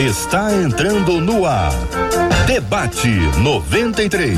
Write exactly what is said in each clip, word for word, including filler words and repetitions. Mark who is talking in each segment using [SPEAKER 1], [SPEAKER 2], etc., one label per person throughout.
[SPEAKER 1] está entrando no ar. Debate noventa e três.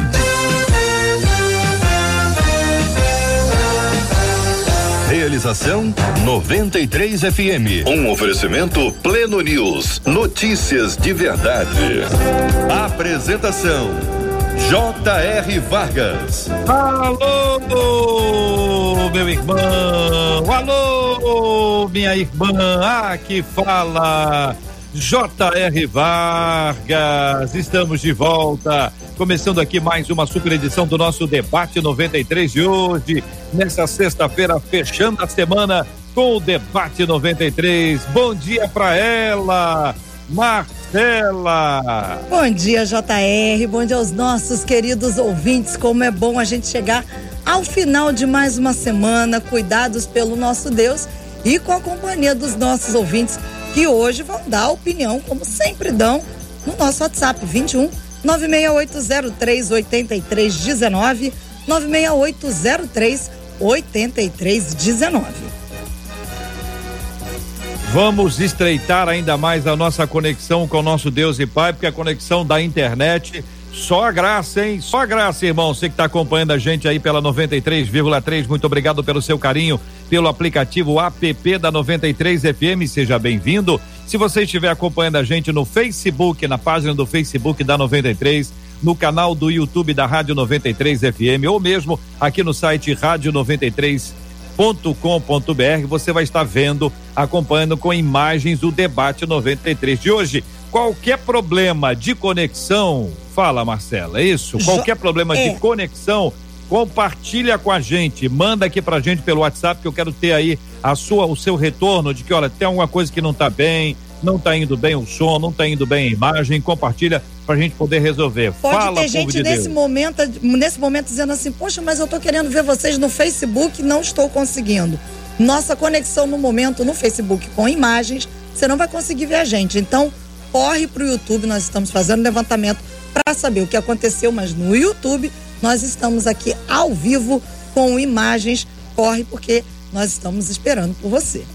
[SPEAKER 1] Realização noventa e três F M. Um oferecimento Pleno News. Notícias de verdade. Apresentação J R Vargas.
[SPEAKER 2] Alô, meu irmão. Alô, minha irmã. Aqui fala J R Vargas. Estamos de volta. Começando aqui mais uma super edição do nosso Debate noventa e três de hoje, nessa sexta-feira, fechando a semana com o Debate noventa e três. Bom dia pra ela, Marcela.
[SPEAKER 3] Bom dia, J R. Bom dia aos nossos queridos ouvintes. Como é bom a gente chegar ao final de mais uma semana, cuidados pelo nosso Deus e com a companhia dos nossos ouvintes, que hoje vão dar opinião, como sempre dão, no nosso WhatsApp vinte e um, nove seis oito zero três, oito três um nove, nove seis oito zero três, oito três um nove.
[SPEAKER 2] Vamos estreitar ainda mais a nossa conexão com o nosso Deus e Pai, porque a conexão da internet, só a graça, hein? Só a graça, irmão. Você que está acompanhando a gente aí pela noventa e três vírgula três, muito obrigado pelo seu carinho, pelo aplicativo app da noventa e três F M, seja bem-vindo. Se você estiver acompanhando a gente no Facebook, na página do Facebook da noventa e três, no canal do YouTube da Rádio noventa e três F M, ou mesmo aqui no site rádio noventa e três ponto com ponto b r, você vai estar vendo, acompanhando com imagens o Debate noventa e três de hoje. Qualquer problema de conexão, fala, Marcela, é isso? Jo- Qualquer problema é. de conexão, compartilha com a gente, manda aqui pra gente pelo WhatsApp, que eu quero ter aí a sua, o seu retorno de que, olha, tem alguma coisa que não tá bem, não tá indo bem o som, não tá indo bem a imagem, compartilha pra gente poder resolver.
[SPEAKER 3] Pode
[SPEAKER 2] Fala,
[SPEAKER 3] ter gente
[SPEAKER 2] de
[SPEAKER 3] nesse
[SPEAKER 2] Deus.
[SPEAKER 3] momento, nesse momento dizendo assim, poxa, mas eu tô querendo ver vocês no Facebook e não estou conseguindo. Nossa conexão no momento no Facebook com imagens, você não vai conseguir ver a gente. Então, corre pro YouTube, nós estamos fazendo levantamento para saber o que aconteceu, mas no YouTube nós estamos aqui ao vivo com imagens. Corre, porque nós estamos esperando por você.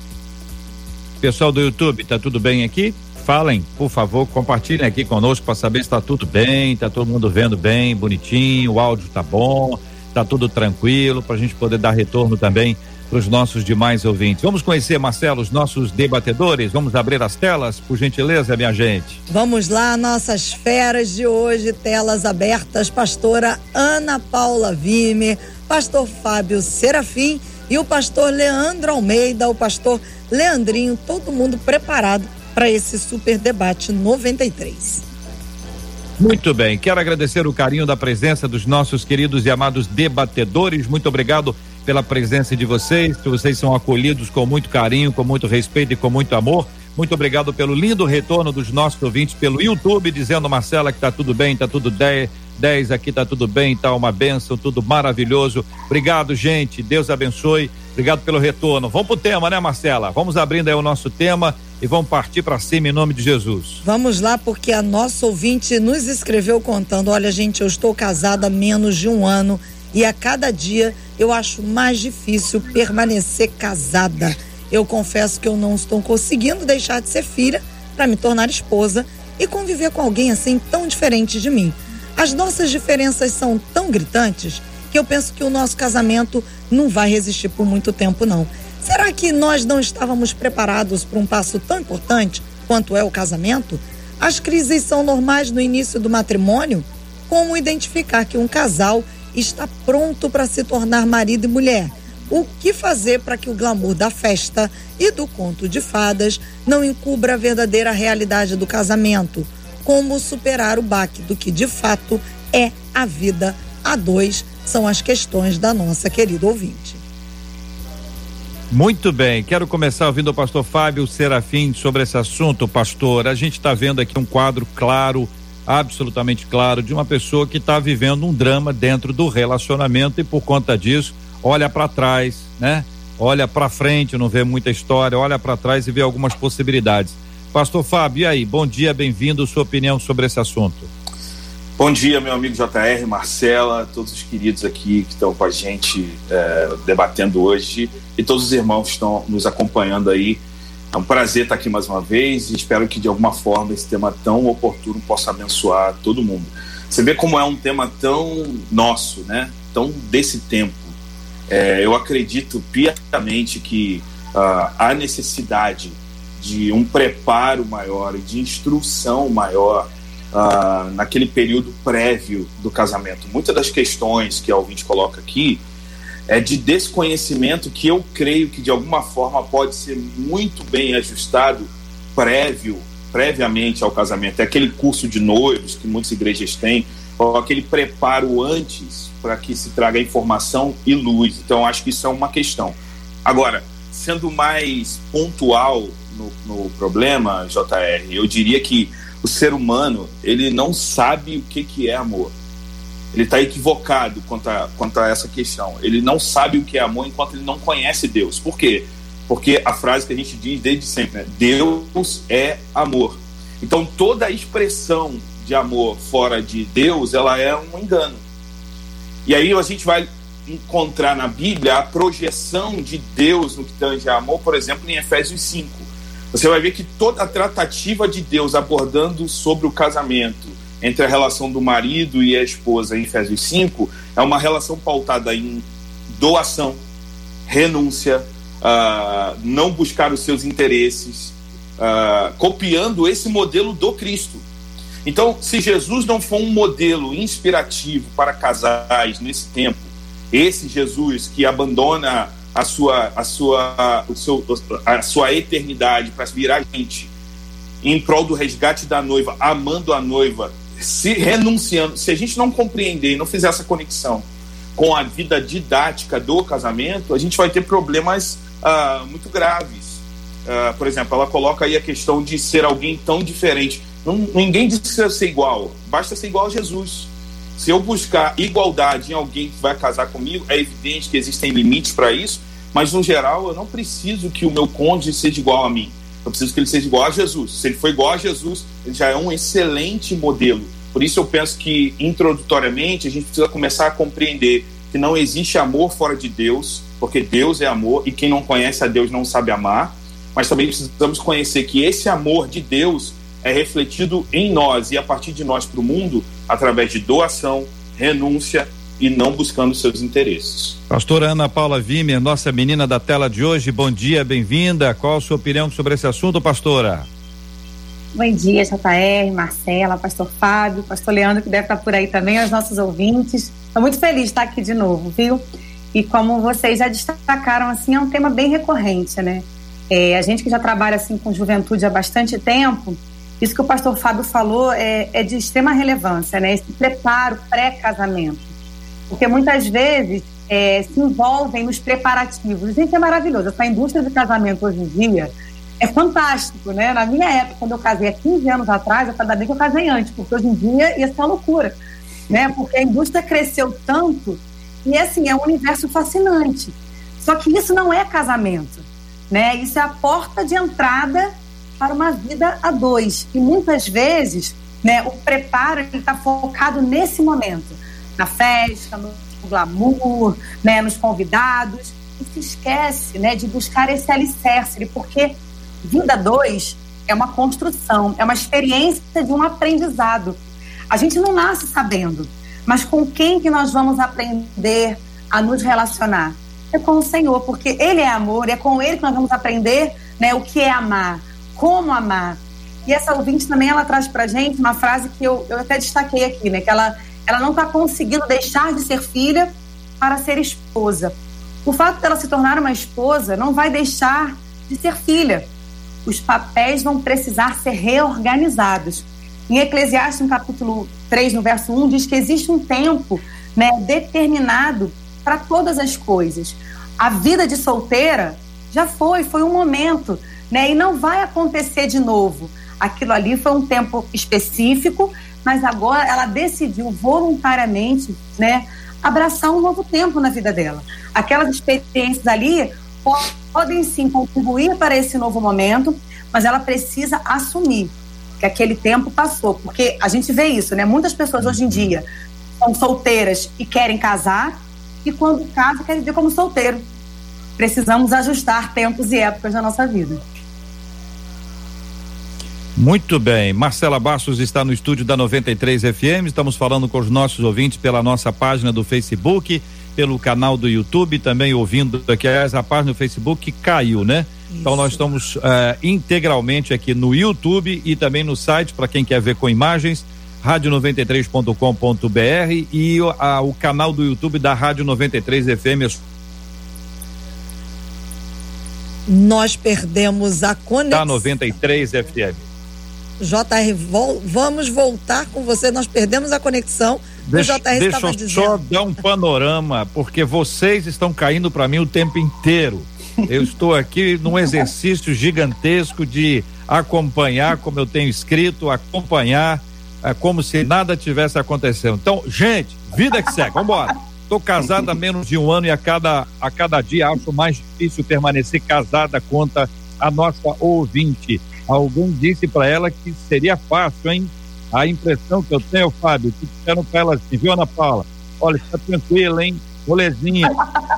[SPEAKER 2] Pessoal do YouTube, tá tudo bem aqui? Falem, por favor, compartilhem aqui conosco para saber se tá tudo bem, tá todo mundo vendo bem, bonitinho, o áudio tá bom, tá tudo tranquilo, pra gente poder dar retorno também para os nossos demais ouvintes. Vamos conhecer, Marcelo, os nossos debatedores? Vamos abrir as telas, por gentileza, minha gente?
[SPEAKER 3] Vamos lá, nossas feras de hoje, telas abertas, pastora Ana Paula Vime, pastor Fábio Serafim e o pastor Leandro Almeida, o pastor Leandrinho, todo mundo preparado para esse super debate noventa e três.
[SPEAKER 2] Muito bem, quero agradecer o carinho da presença dos nossos queridos e amados debatedores. Muito obrigado pela presença de vocês, que vocês são acolhidos com muito carinho, com muito respeito e com muito amor. Muito obrigado pelo lindo retorno dos nossos ouvintes pelo YouTube, dizendo, Marcela, que tá tudo bem, tá tudo dez, dez aqui, tá tudo bem, tá uma bênção, tudo maravilhoso. Obrigado, gente, Deus abençoe, obrigado pelo retorno. Vamos pro tema, né, Marcela? Vamos abrindo aí o nosso tema e vamos partir para cima em nome de Jesus.
[SPEAKER 3] Vamos lá, porque a nossa ouvinte nos escreveu contando, olha, gente, eu estou casada há menos de um ano e a cada dia eu acho mais difícil permanecer casada. Eu confesso que eu não estou conseguindo deixar de ser filha para me tornar esposa e conviver com alguém assim tão diferente de mim. As nossas diferenças são tão gritantes que eu penso que o nosso casamento não vai resistir por muito tempo, não. Será que nós não estávamos preparados para um passo tão importante quanto é o casamento? As crises são normais no início do matrimônio? Como identificar que um casal está pronto para se tornar marido e mulher? O que fazer para que o glamour da festa e do conto de fadas não encubra a verdadeira realidade do casamento? Como superar o baque do que de fato é a vida a dois? São as questões da nossa querida ouvinte.
[SPEAKER 2] Muito bem, quero começar ouvindo o pastor Fábio Serafim sobre esse assunto, pastor. A gente está vendo aqui um quadro claro, absolutamente claro, de uma pessoa que está vivendo um drama dentro do relacionamento e por conta disso olha para trás, né? Olha para frente, não vê muita história, olha para trás e vê algumas possibilidades. Pastor Fábio, e aí? Bom dia, bem-vindo, sua opinião sobre esse assunto.
[SPEAKER 4] Bom dia, meu amigo J R, Marcela, todos os queridos aqui que estão com a gente é, debatendo hoje e todos os irmãos que estão nos acompanhando aí É um prazer estar aqui mais uma vez e espero que de alguma forma esse tema tão oportuno possa abençoar todo mundo. Você vê como é um tema tão nosso, né? Tão desse tempo. É, eu acredito piamente que uh, há necessidade de um preparo maior, de instrução maior uh, naquele período prévio do casamento. Muitas das questões que a ouvinte coloca aqui é de desconhecimento que eu creio que de alguma forma pode ser muito bem ajustado prévio, previamente ao casamento. É aquele curso de noivos que muitas igrejas têm, ou aquele preparo antes para que se traga informação e luz. Então, eu acho que isso é uma questão. Agora, sendo mais pontual no, no problema, J R, eu diria que o ser humano, ele não sabe o que, que é amor. Ele está equivocado quanto a, quanto a essa questão. Ele não sabe o que é amor enquanto ele não conhece Deus. Por quê? Porque a frase que a gente diz desde sempre, né? Deus é amor. Então, toda a expressão de amor fora de Deus, ela é um engano. E aí a gente vai encontrar na Bíblia a projeção de Deus no que tange a amor, por exemplo, em Efésios cinco. Você vai ver que toda a tratativa de Deus abordando sobre o casamento, entre a relação do marido e a esposa em Efésios cinco, é uma relação pautada em doação, renúncia, uh, não buscar os seus interesses, uh, copiando esse modelo do Cristo. Então, se Jesus não for um modelo inspirativo para casais nesse tempo, esse Jesus que abandona a sua, a sua, o seu, a sua eternidade para virar gente em prol do resgate da noiva, amando a noiva, se renunciando, se a gente não compreender e não fizer essa conexão com a vida didática do casamento, a gente vai ter problemas uh, muito graves. Uh, por exemplo, ela coloca aí a questão de ser alguém tão diferente. Não, ninguém diz que ser igual, basta ser igual a Jesus. Se eu buscar igualdade em alguém que vai casar comigo, é evidente que existem limites para isso, mas no geral eu não preciso que o meu cônjuge seja igual a mim. Eu preciso que ele seja igual a Jesus. Se ele for igual a Jesus, ele já é um excelente modelo. Por isso eu penso que, introdutoriamente, a gente precisa começar a compreender que não existe amor fora de Deus, porque Deus é amor e quem não conhece a Deus não sabe amar. Mas também precisamos conhecer que esse amor de Deus é refletido em nós e a partir de nós para o mundo através de doação, renúncia e não buscando seus interesses.
[SPEAKER 2] Pastora Ana Paula Vimer, nossa menina da tela de hoje, bom dia, bem-vinda. Qual a sua opinião sobre esse assunto, pastora?
[SPEAKER 5] Bom dia, J R, Marcela, pastor Fábio, pastor Leandro, que deve estar por aí também, aos nossos ouvintes. Estou muito feliz de estar aqui de novo, viu? E como vocês já destacaram, assim, é um tema bem recorrente, né? É, a gente que já trabalha assim com juventude há bastante tempo, isso que o pastor Fábio falou é, é de extrema relevância, né? Esse preparo pré-casamento. Porque muitas vezes é, se envolvem nos preparativos. Gente, é maravilhoso. Essa indústria de casamento hoje em dia é fantástico, né? Na minha época, quando eu casei há quinze anos atrás, eu falei, bem que eu casei antes, porque hoje em dia ia ser uma loucura, né? Porque a indústria cresceu tanto e, assim, é um universo fascinante. Só que isso não é casamento, né? Isso é a porta de entrada para uma vida a dois. E muitas vezes, né, o preparo está focado nesse momento, na festa, no glamour, né, nos convidados, e se esquece, né, de buscar esse alicerce, porque vida a dois é uma construção, é uma experiência de um aprendizado. A gente não nasce sabendo, mas com quem que nós vamos aprender a nos relacionar? É com o Senhor, porque Ele é amor, e é com Ele que nós vamos aprender, né, o que é amar, como amar. E essa ouvinte também, ela traz pra gente uma frase que eu, eu até destaquei aqui, né, que ela, ela não está conseguindo deixar de ser filha para ser esposa. O fato dela se tornar uma esposa não vai deixar de ser filha. Os papéis vão precisar ser reorganizados. Em Eclesiastes, no capítulo três, no verso um, diz que existe um tempo, né, determinado para todas as coisas. A vida de solteira já foi, foi um momento, né, e não vai acontecer de novo. Aquilo ali foi um tempo específico, mas agora ela decidiu voluntariamente, né, abraçar um novo tempo na vida dela. Aquelas experiências ali podem sim contribuir para esse novo momento, mas ela precisa assumir que aquele tempo passou, porque a gente vê isso, né? Muitas pessoas hoje em dia são solteiras e querem casar, e quando casam querem viver como solteiro. Precisamos ajustar tempos e épocas da nossa vida.
[SPEAKER 2] Muito bem, Marcela Bastos está no estúdio da noventa e três F M, estamos falando com os nossos ouvintes pela nossa página do Facebook, pelo canal do YouTube, também ouvindo aqui, aliás, a página do Facebook caiu, né? Isso. Então nós estamos uh, integralmente aqui no YouTube e também no site, para quem quer ver com imagens, rádio noventa e três ponto com ponto b r e uh, o canal do YouTube da Rádio noventa e três F M.
[SPEAKER 3] Nós perdemos a conexão.
[SPEAKER 2] Da noventa e três F M.
[SPEAKER 3] J R, vol- vamos voltar com você. Nós perdemos a conexão.
[SPEAKER 2] Deixa,
[SPEAKER 3] o J R
[SPEAKER 2] deixa
[SPEAKER 3] estava
[SPEAKER 2] eu
[SPEAKER 3] dizendo.
[SPEAKER 2] só dar um panorama, porque vocês estão caindo para mim o tempo inteiro. Eu estou aqui num exercício gigantesco de acompanhar, como eu tenho escrito, acompanhar é, como se nada tivesse acontecendo. Então, gente, vida que segue, vambora. Estou casada há menos de um ano e a cada, a cada dia acho mais difícil permanecer casada, conta a nossa ouvinte. Alguém disse para ela que seria fácil, hein? A impressão que eu tenho, Fábio, que disseram para ela assim, viu, Ana Paula? Olha, está tranquila, hein? Molezinha.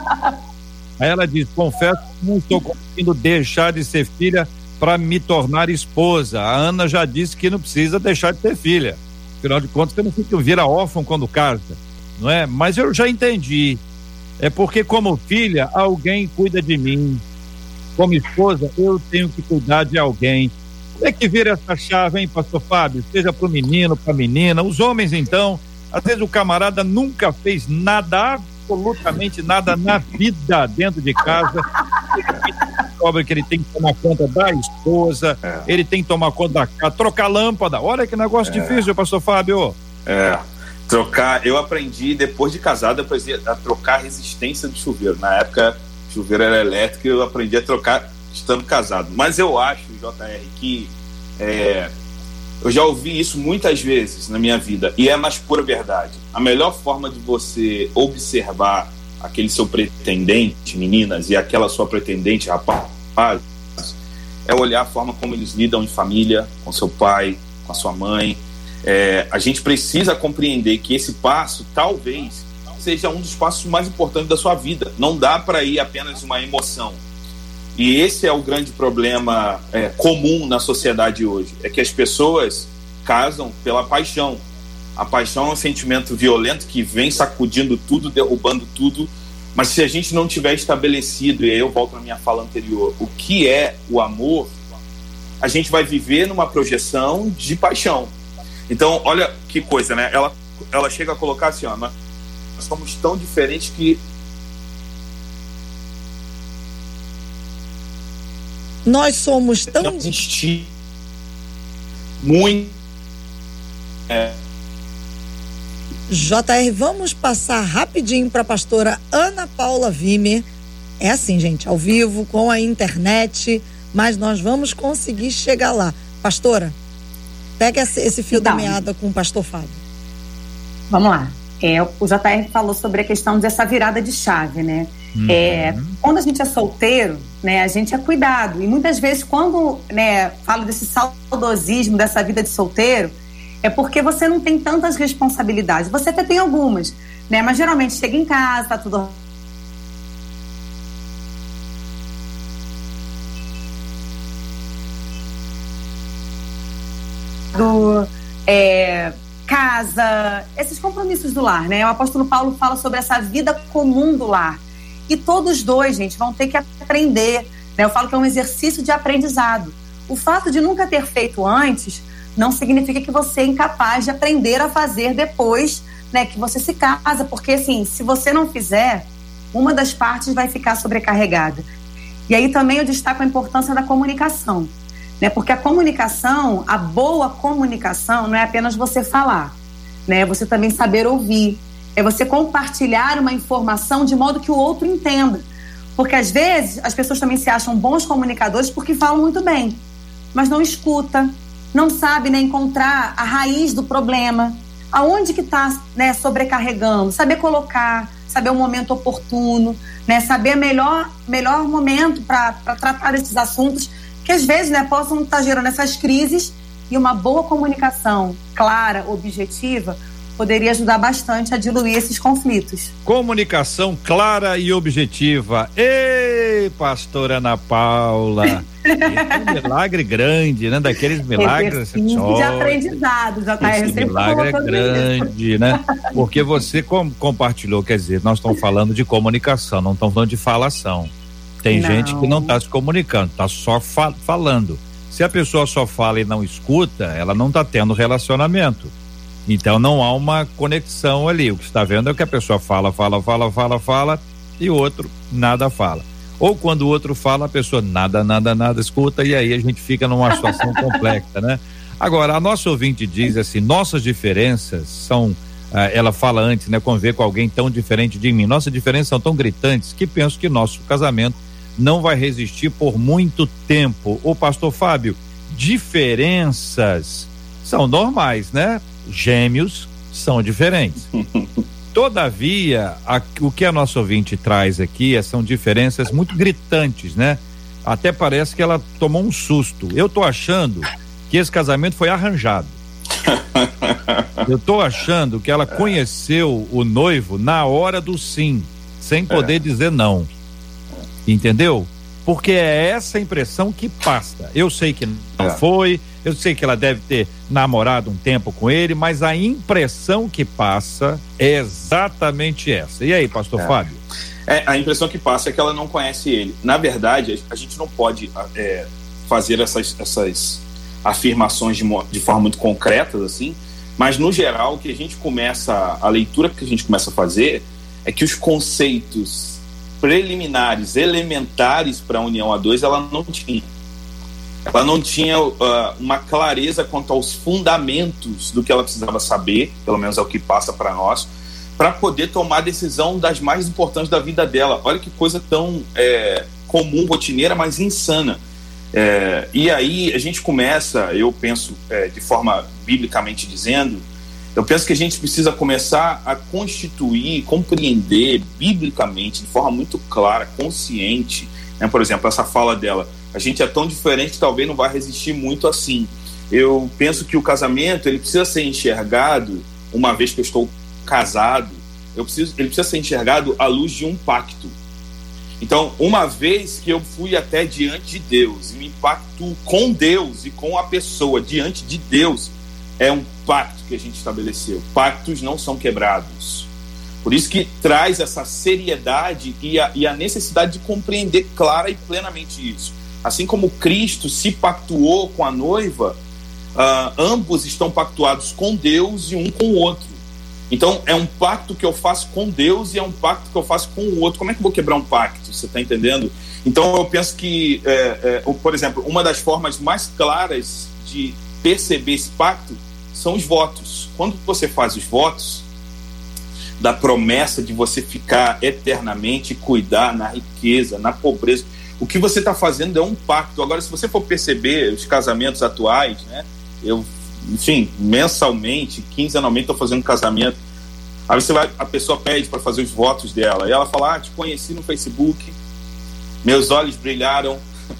[SPEAKER 2] Aí ela diz, confesso que não estou conseguindo deixar de ser filha para me tornar esposa. A Ana já disse que não precisa deixar de ter filha. Afinal de contas, você não fica, vira órfão quando casa, não é? Mas eu já entendi. É porque como filha, alguém cuida de mim. Como esposa, eu tenho que cuidar de alguém. Como é que vira essa chave, hein, pastor Fábio? Seja para o menino, para a menina. Os homens, então, às vezes o camarada nunca fez nada, absolutamente nada na vida dentro de casa. Ele descobre que ele tem que tomar conta da esposa, é. ele tem que tomar conta da casa, trocar lâmpada. Olha que negócio é. difícil, pastor Fábio.
[SPEAKER 4] É, trocar, eu aprendi depois de casado, eu aprendi a trocar a resistência do chuveiro. Na época, o chuveiro era elétrico e eu aprendi a trocar estando casado. Mas eu acho, J R, que é, eu já ouvi isso muitas vezes na minha vida e é a mais pura verdade. A melhor forma de você observar aquele seu pretendente, meninas, e aquela sua pretendente, rapaz, é olhar a forma como eles lidam em família, com seu pai, com a sua mãe. É, a gente precisa compreender que esse passo talvez seja um dos passos mais importantes da sua vida. Não dá para ir apenas uma emoção. E esse é o grande problema é, comum na sociedade hoje, é que as pessoas casam pela paixão. A paixão é um sentimento violento que vem sacudindo tudo, derrubando tudo, mas se a gente não tiver estabelecido, e aí eu volto à minha fala anterior, o que é o amor, a gente vai viver numa projeção de paixão. Então, olha que coisa, né? Ela, ela chega a colocar assim, ó, nós somos tão diferentes que
[SPEAKER 3] nós somos tão
[SPEAKER 4] não existir muito é.
[SPEAKER 3] J R, vamos passar rapidinho para a pastora Ana Paula Vimer. É assim, gente, ao vivo, com a internet, mas nós vamos conseguir chegar lá. Pastora, pega esse, esse fio então, da meada com o pastor Fábio.
[SPEAKER 5] Vamos lá. É, o J R falou sobre a questão dessa virada de chave, né? Uhum. É, quando a gente é solteiro, né, a gente é cuidado. E muitas vezes, quando né, falo desse saudosismo, dessa vida de solteiro, é porque você não tem tantas responsabilidades. Você até tem algumas, né? Mas geralmente chega em casa, tá tudo do é, casa, esses compromissos do lar, né? O apóstolo Paulo fala sobre essa vida comum do lar. E todos dois, gente, vão ter que aprender, né? Eu falo que é um exercício de aprendizado. O fato de nunca ter feito antes não significa que você é incapaz de aprender a fazer depois, né, que você se casa, porque assim, se você não fizer, uma das partes vai ficar sobrecarregada. E aí também eu destaco a importância da comunicação, né, porque a comunicação, a boa comunicação não é apenas você falar, né, é você também saber ouvir, é você compartilhar uma informação de modo que o outro entenda, porque às vezes as pessoas também se acham bons comunicadores porque falam muito bem, mas não escuta, não sabe, né, encontrar a raiz do problema, aonde que está, né, sobrecarregando, saber colocar, saber o momento oportuno, né, saber o melhor, melhor momento para tratar desses assuntos que às vezes, né, possam estar gerando essas crises, e uma boa comunicação clara, objetiva, poderia ajudar bastante a diluir esses conflitos.
[SPEAKER 2] Comunicação clara e objetiva. Ei, pastora Ana Paula, esse é um milagre grande, né? Daqueles milagres
[SPEAKER 5] de aprendizado, já tá.
[SPEAKER 2] Esse milagre é grande, isso. Né? Porque você com, compartilhou, quer dizer, nós estamos falando de comunicação, não estamos falando de falação. Tem não. gente que não está se comunicando, está só fa- falando. Se a pessoa só fala e não escuta, ela não está tendo relacionamento. Então não há uma conexão ali. O que está vendo é que a pessoa fala, fala, fala, fala, fala e o outro nada fala. Ou quando o outro fala, a pessoa nada, nada, nada escuta e aí a gente fica numa situação complexa, né? Agora, a nossa ouvinte diz assim, nossas diferenças são, ah, ela fala antes, né? Conviver com alguém tão diferente de mim. Nossas diferenças são tão gritantes que penso que nosso casamento não vai resistir por muito tempo. Ô pastor Fábio, diferenças são normais, né? Gêmeos são diferentes. Todavia, a, o que a nossa ouvinte traz aqui é, são diferenças muito gritantes, né? Até parece que ela tomou um susto. Eu tô achando que esse casamento foi arranjado. Eu tô achando que ela conheceu o noivo na hora do sim, sem poder é. dizer não. Entendeu? Porque é essa impressão que passa. Eu sei que não é. foi, eu sei que ela deve ter namorado um tempo com ele, mas a impressão que passa é exatamente essa. E aí, pastor
[SPEAKER 4] é.
[SPEAKER 2] Fábio?
[SPEAKER 4] É, a impressão que passa é que ela não conhece ele. Na verdade, a gente não pode é, fazer essas, essas afirmações de, de forma muito concretas, assim, mas no geral, o que a gente começa, a leitura que a gente começa a fazer é que os conceitos preliminares, elementares para a união a dois, ela não tinha. Ela não tinha uh, uma clareza quanto aos fundamentos do que ela precisava saber, pelo menos é o que passa para nós, para poder tomar a decisão das mais importantes da vida dela. Olha que coisa tão é, comum, rotineira, mas insana. É, e aí a gente começa, eu penso, é, de forma biblicamente dizendo, eu penso que a gente precisa começar a constituir, compreender biblicamente, de forma muito clara, consciente, né? Por exemplo, essa fala dela, a gente é tão diferente que talvez não vai resistir muito assim. Eu penso que o casamento, ele precisa ser enxergado, uma vez que eu estou casado, eu preciso, ele precisa ser enxergado à luz de um pacto. Então, uma vez que eu fui até diante de Deus, e me pacto com Deus e com a pessoa diante de Deus, é um pacto que a gente estabeleceu. Pactos não são quebrados. Por isso que traz essa seriedade e a, e a necessidade de compreender clara e plenamente isso. Assim como Cristo se pactuou com a noiva, uh, ambos estão pactuados com Deus e um com o outro. Então, é um pacto que eu faço com Deus e é um pacto que eu faço com o outro. Como é que eu vou quebrar um pacto? Você está entendendo? Então, eu penso que, é, é, por exemplo, uma das formas mais claras de perceber esse pacto são os votos. Quando você faz os votos, da promessa de você ficar eternamente e cuidar na riqueza, na pobreza, o que você está fazendo é um pacto. Agora, se você for perceber os casamentos atuais, né, eu, enfim, mensalmente, quinzenalmente estou fazendo um casamento, aí você vai, a pessoa pede para fazer os votos dela, e ela fala, ah, te conheci no Facebook, meus olhos brilharam,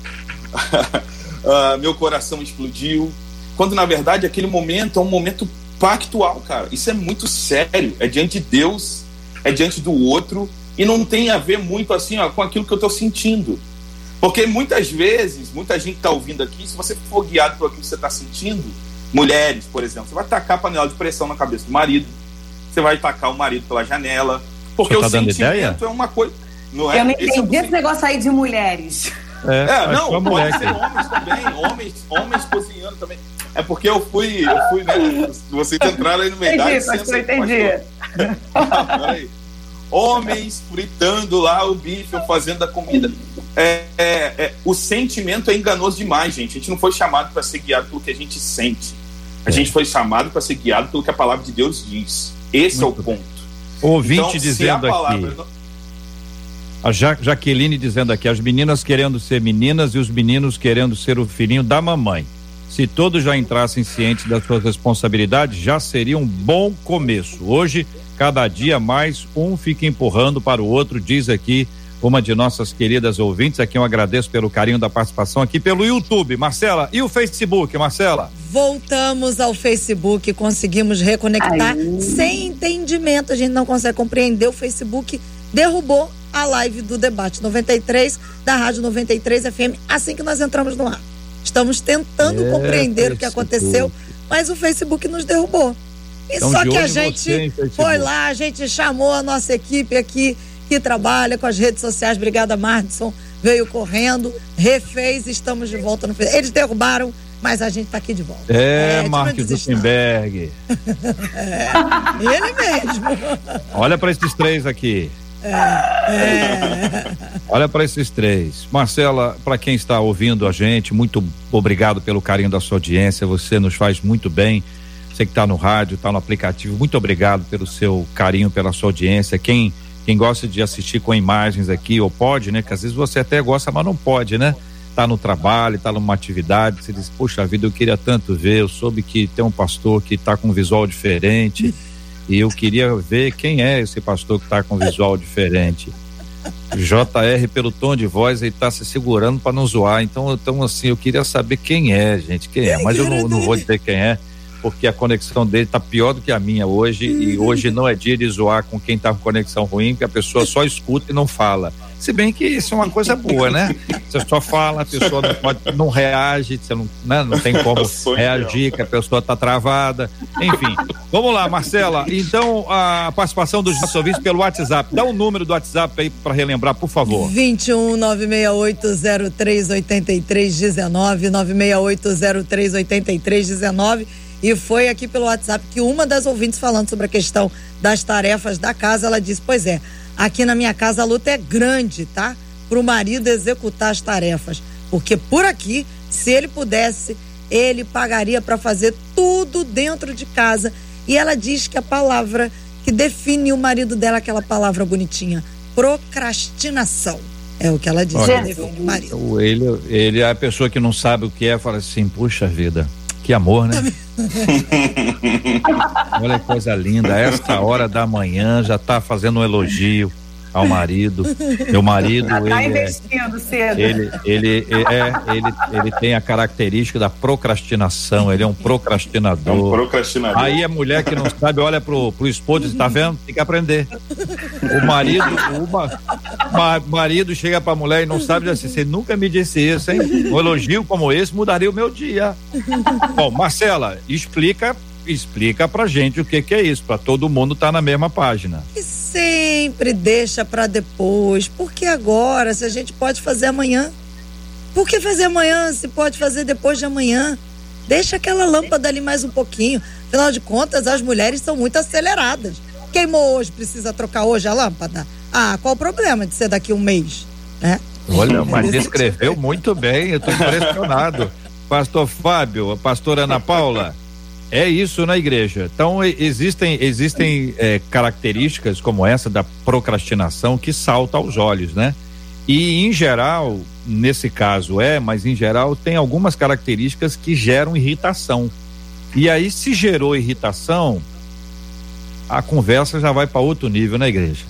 [SPEAKER 4] uh, meu coração explodiu, quando na verdade aquele momento é um momento pactual, cara. Isso é muito sério, é diante de Deus, é diante do outro, e não tem a ver muito assim, ó, com aquilo que eu estou sentindo. Porque muitas vezes, muita gente está ouvindo aqui, se você for guiado por aquilo que você está sentindo, mulheres, por exemplo, você vai tacar a panela de pressão na cabeça do marido, você vai tacar o marido pela janela, porque
[SPEAKER 2] você tá
[SPEAKER 4] o sentimento é uma coisa. Não é?
[SPEAKER 5] Eu não entendi esse, esse negócio aí de mulheres.
[SPEAKER 4] É, é não, pode mulher, ser homens também, homens, homens cozinhando também. É porque eu fui, eu fui, né? Vocês entraram aí no meio da
[SPEAKER 5] licença. Eu entendi.
[SPEAKER 4] Peraí. Homens fritando lá o bife ou fazendo a comida. É, é, é, o sentimento é enganoso demais, gente. A gente não foi chamado para ser guiado pelo que a gente sente. A é. gente foi chamado para ser guiado pelo que a palavra de Deus diz. Esse Muito é o ponto.
[SPEAKER 2] O ouvinte então, dizendo a palavra, aqui. Não... A ja- Jaqueline dizendo aqui, as meninas querendo ser meninas e os meninos querendo ser o filhinho da mamãe. Se todos já entrassem cientes das suas responsabilidades, já seria um bom começo. Hoje, cada dia mais, um fica empurrando para o outro, diz aqui uma de nossas queridas ouvintes, a quem eu agradeço pelo carinho da participação aqui pelo YouTube. Marcela, e o Facebook, Marcela?
[SPEAKER 3] Voltamos ao Facebook, conseguimos reconectar. Aí. Sem entendimento, a gente não consegue compreender. O Facebook derrubou a live do Debate noventa e três, da Rádio noventa e três F M, assim que nós entramos no ar. Estamos tentando é, compreender Facebook. O que aconteceu, mas o Facebook nos derrubou. E então, só que a gente foi lá, a gente chamou a nossa equipe aqui, que trabalha com as redes sociais. Obrigada, Martinson, veio correndo, refez, estamos de volta no Facebook. Eles derrubaram, mas a gente está aqui de volta.
[SPEAKER 2] É, é Mark Zuckerberg.
[SPEAKER 3] É, ele mesmo.
[SPEAKER 2] Olha para esses três aqui.
[SPEAKER 3] É, é.
[SPEAKER 2] Olha para esses três. Marcela, para quem está ouvindo a gente, muito obrigado pelo carinho da sua audiência, você nos faz muito bem. Você que está no rádio, está no aplicativo, muito obrigado pelo seu carinho, pela sua audiência. Quem, quem gosta de assistir com imagens aqui, ou pode, né? Que às vezes você até gosta, mas não pode, né? Tá no trabalho, tá numa atividade, você diz, poxa vida, eu queria tanto ver, eu soube que tem um pastor que tá com um visual diferente e eu queria ver quem é esse pastor que tá com um visual diferente. J R, pelo tom de voz, ele tá se segurando para não zoar, então, então assim, eu queria saber quem é, gente, quem é, mas eu não, não vou dizer quem é, porque a conexão dele tá pior do que a minha hoje, e hoje não é dia de zoar com quem tá com conexão ruim, porque a pessoa só escuta e não fala. Se bem que isso é uma coisa boa, né? Você só fala, a pessoa não, pode, não reage, você não, né? Não tem como reagir, que a pessoa tá travada. Enfim, vamos lá, Marcela. Então, a participação dos nossos ouvintes pelo WhatsApp. Dá o número do WhatsApp aí para relembrar, por favor.
[SPEAKER 3] vinte e um, nove seis oito, zero três oito três, um nove, nove seis oito, zero três oito três, um nove. E foi aqui pelo WhatsApp que uma das ouvintes, falando sobre a questão das tarefas da casa, ela disse, pois é, aqui na minha casa a luta é grande, tá? Para o marido executar as tarefas, porque por aqui, se ele pudesse, ele pagaria para fazer tudo dentro de casa. E ela diz que a palavra que define o marido dela, aquela palavra bonitinha, procrastinação, é o que ela diz.
[SPEAKER 2] Olha,
[SPEAKER 3] que define o marido.
[SPEAKER 2] Ele, ele é a pessoa que não sabe o que é, fala assim, puxa vida, que amor, né? Olha que coisa linda, a esta hora da manhã já tá fazendo um elogio ao marido. Meu marido,
[SPEAKER 5] tá
[SPEAKER 2] ele,
[SPEAKER 5] investindo
[SPEAKER 2] é,
[SPEAKER 5] cedo.
[SPEAKER 2] Ele, ele, é, ele, ele tem a característica da procrastinação, ele é um procrastinador. É
[SPEAKER 4] um procrastinador.
[SPEAKER 2] Aí a mulher que não sabe olha pro, pro esposo e diz, tá vendo? Tem que aprender. O marido, o ma, ma, marido chega pra mulher e não sabe, diz assim, você nunca me disse isso, hein? Um elogio como esse mudaria o meu dia. Bom, Marcela, explica explica pra gente o que que é isso, pra todo mundo estar tá na mesma página.
[SPEAKER 3] E sempre deixa pra depois, porque agora, se a gente pode fazer amanhã, por que fazer amanhã se pode fazer depois de amanhã? Deixa aquela lâmpada ali mais um pouquinho, afinal de contas as mulheres são muito aceleradas. Queimou hoje, precisa trocar hoje a lâmpada? Ah, qual o problema de ser daqui um mês, né?
[SPEAKER 2] Olha, mas descreveu muito bem, eu tô impressionado. Pastor Fábio, a pastora Ana Paula, é isso na igreja. Então existem, existem é, características como essa da procrastinação que salta aos olhos, né? E em geral, nesse caso é, mas em geral tem algumas características que geram irritação. E aí, se gerou irritação, a conversa já vai para outro nível na igreja.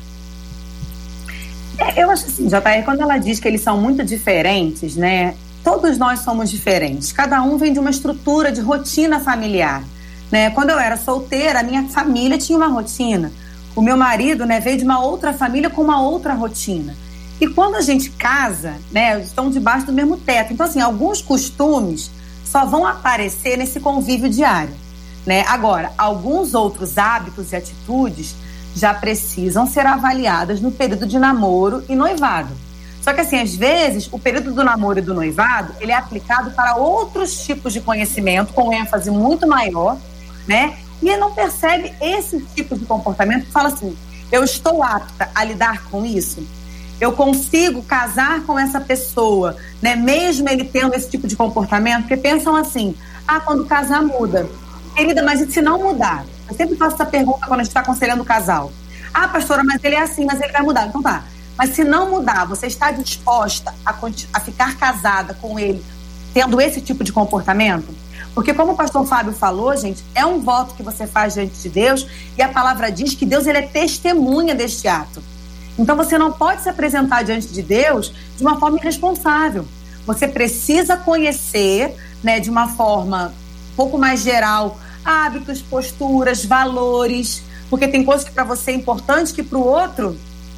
[SPEAKER 5] É, eu acho assim, J R, quando ela diz que eles são muito diferentes, né? Todos nós somos diferentes, cada um vem de uma estrutura de rotina familiar, né? Quando eu era solteira, a minha família tinha uma rotina, o meu marido, né, veio de uma outra família com uma outra rotina, e quando a gente casa, né, estão debaixo do mesmo teto, então assim, alguns costumes só vão aparecer nesse convívio diário, né? Agora, alguns outros hábitos e atitudes já precisam ser avaliadas no período de namoro e noivado. Só que assim, às vezes, o período do namoro e do noivado, ele é aplicado para outros tipos de conhecimento, com ênfase muito maior, né? E não percebe esse tipo de comportamento, fala assim, eu estou apta a lidar com isso? Eu consigo casar com essa pessoa, né? Mesmo ele tendo esse tipo de comportamento, porque pensam assim, ah, quando casar muda. Querida, mas e se não mudar? Eu sempre faço essa pergunta quando a gente está aconselhando o casal. Ah, pastora, mas ele é assim, mas ele vai mudar. Então tá. Mas se não mudar, você está disposta a, a ficar casada com ele tendo esse tipo de comportamento? Porque como o pastor Fábio falou, gente, é um voto que você faz diante de Deus e a palavra diz que Deus ele é testemunha deste ato. Então você não pode se apresentar diante de Deus de uma forma irresponsável. Você precisa conhecer, né, de uma forma um pouco mais geral, hábitos, posturas, valores, porque tem coisas que para você é importante que para o outro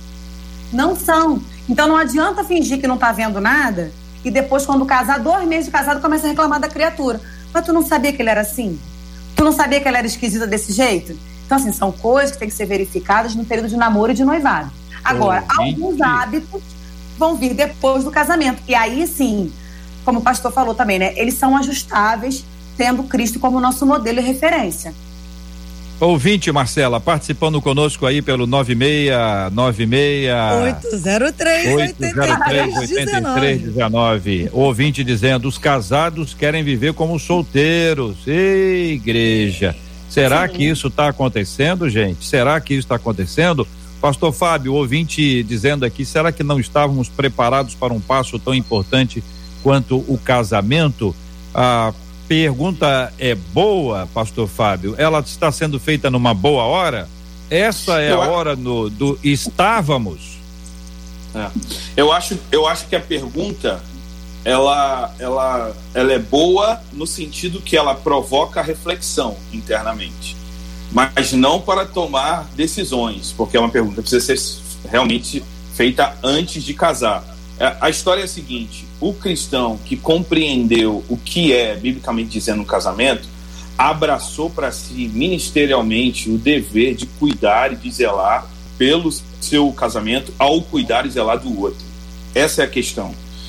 [SPEAKER 5] não são. Então não adianta fingir que não está vendo nada e depois, quando casar, dois meses de casado, começa a reclamar da criatura. Mas tu não sabia que ele era assim? Tu não sabia que ela era esquisita desse jeito? Então, assim, são coisas que têm que ser verificadas no período de namoro e de noivado. Agora, oh, alguns gente. hábitos vão vir depois do casamento. E aí, sim, como o pastor falou também, né? Eles são ajustáveis, tendo Cristo como nosso modelo e referência.
[SPEAKER 2] Ouvinte, Marcela, participando conosco aí pelo nove seis nove seis
[SPEAKER 3] oito zero três, oito zero três,
[SPEAKER 2] oito três um nove. Ouvinte dizendo: os casados querem viver como solteiros. Ei, igreja, será Sim. que isso está acontecendo, gente? Será que isso está acontecendo? Pastor Fábio, ouvinte dizendo aqui: será que não estávamos preparados para um passo tão importante quanto o casamento? Ah, pergunta é boa, pastor Fábio. Ela está sendo feita numa boa hora? Essa é eu a acho... hora no, do estávamos?
[SPEAKER 4] É. Eu acho, eu acho que a pergunta ela, ela, ela é boa no sentido que ela provoca reflexão internamente, mas não para tomar decisões, porque é uma pergunta que precisa ser realmente feita antes de casar. A história é a seguinte: o cristão que compreendeu o que é, biblicamente dizendo, um casamento, abraçou para si ministerialmente o dever de cuidar e de zelar pelo seu casamento ao cuidar e zelar do outro. Essa é a questão.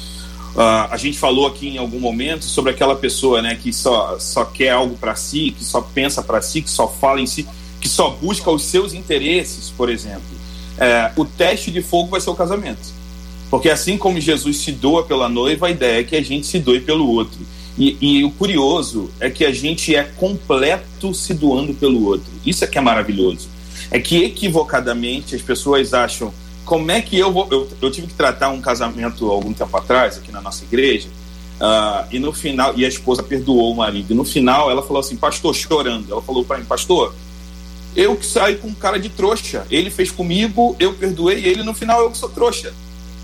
[SPEAKER 4] Uh, a gente falou aqui em algum momento sobre aquela pessoa, né, que só, só quer algo para si, que só pensa para si, que só fala em si, que só busca os seus interesses, por exemplo. Uh, o teste de fogo vai ser o casamento. Porque assim como Jesus se doa pela noiva, a ideia é que a gente se doe pelo outro. E, e o curioso é que a gente é completo se doando pelo outro. Isso é que é maravilhoso. É que equivocadamente as pessoas acham: como é que eu vou... Eu, eu tive que tratar um casamento algum tempo atrás, aqui na nossa igreja, uh, e no final... E a esposa perdoou o marido. E no final ela falou assim: pastor, chorando. Ela falou para mim: pastor, eu que saí com um cara de trouxa. Ele fez comigo, eu perdoei ele, no final eu que sou trouxa.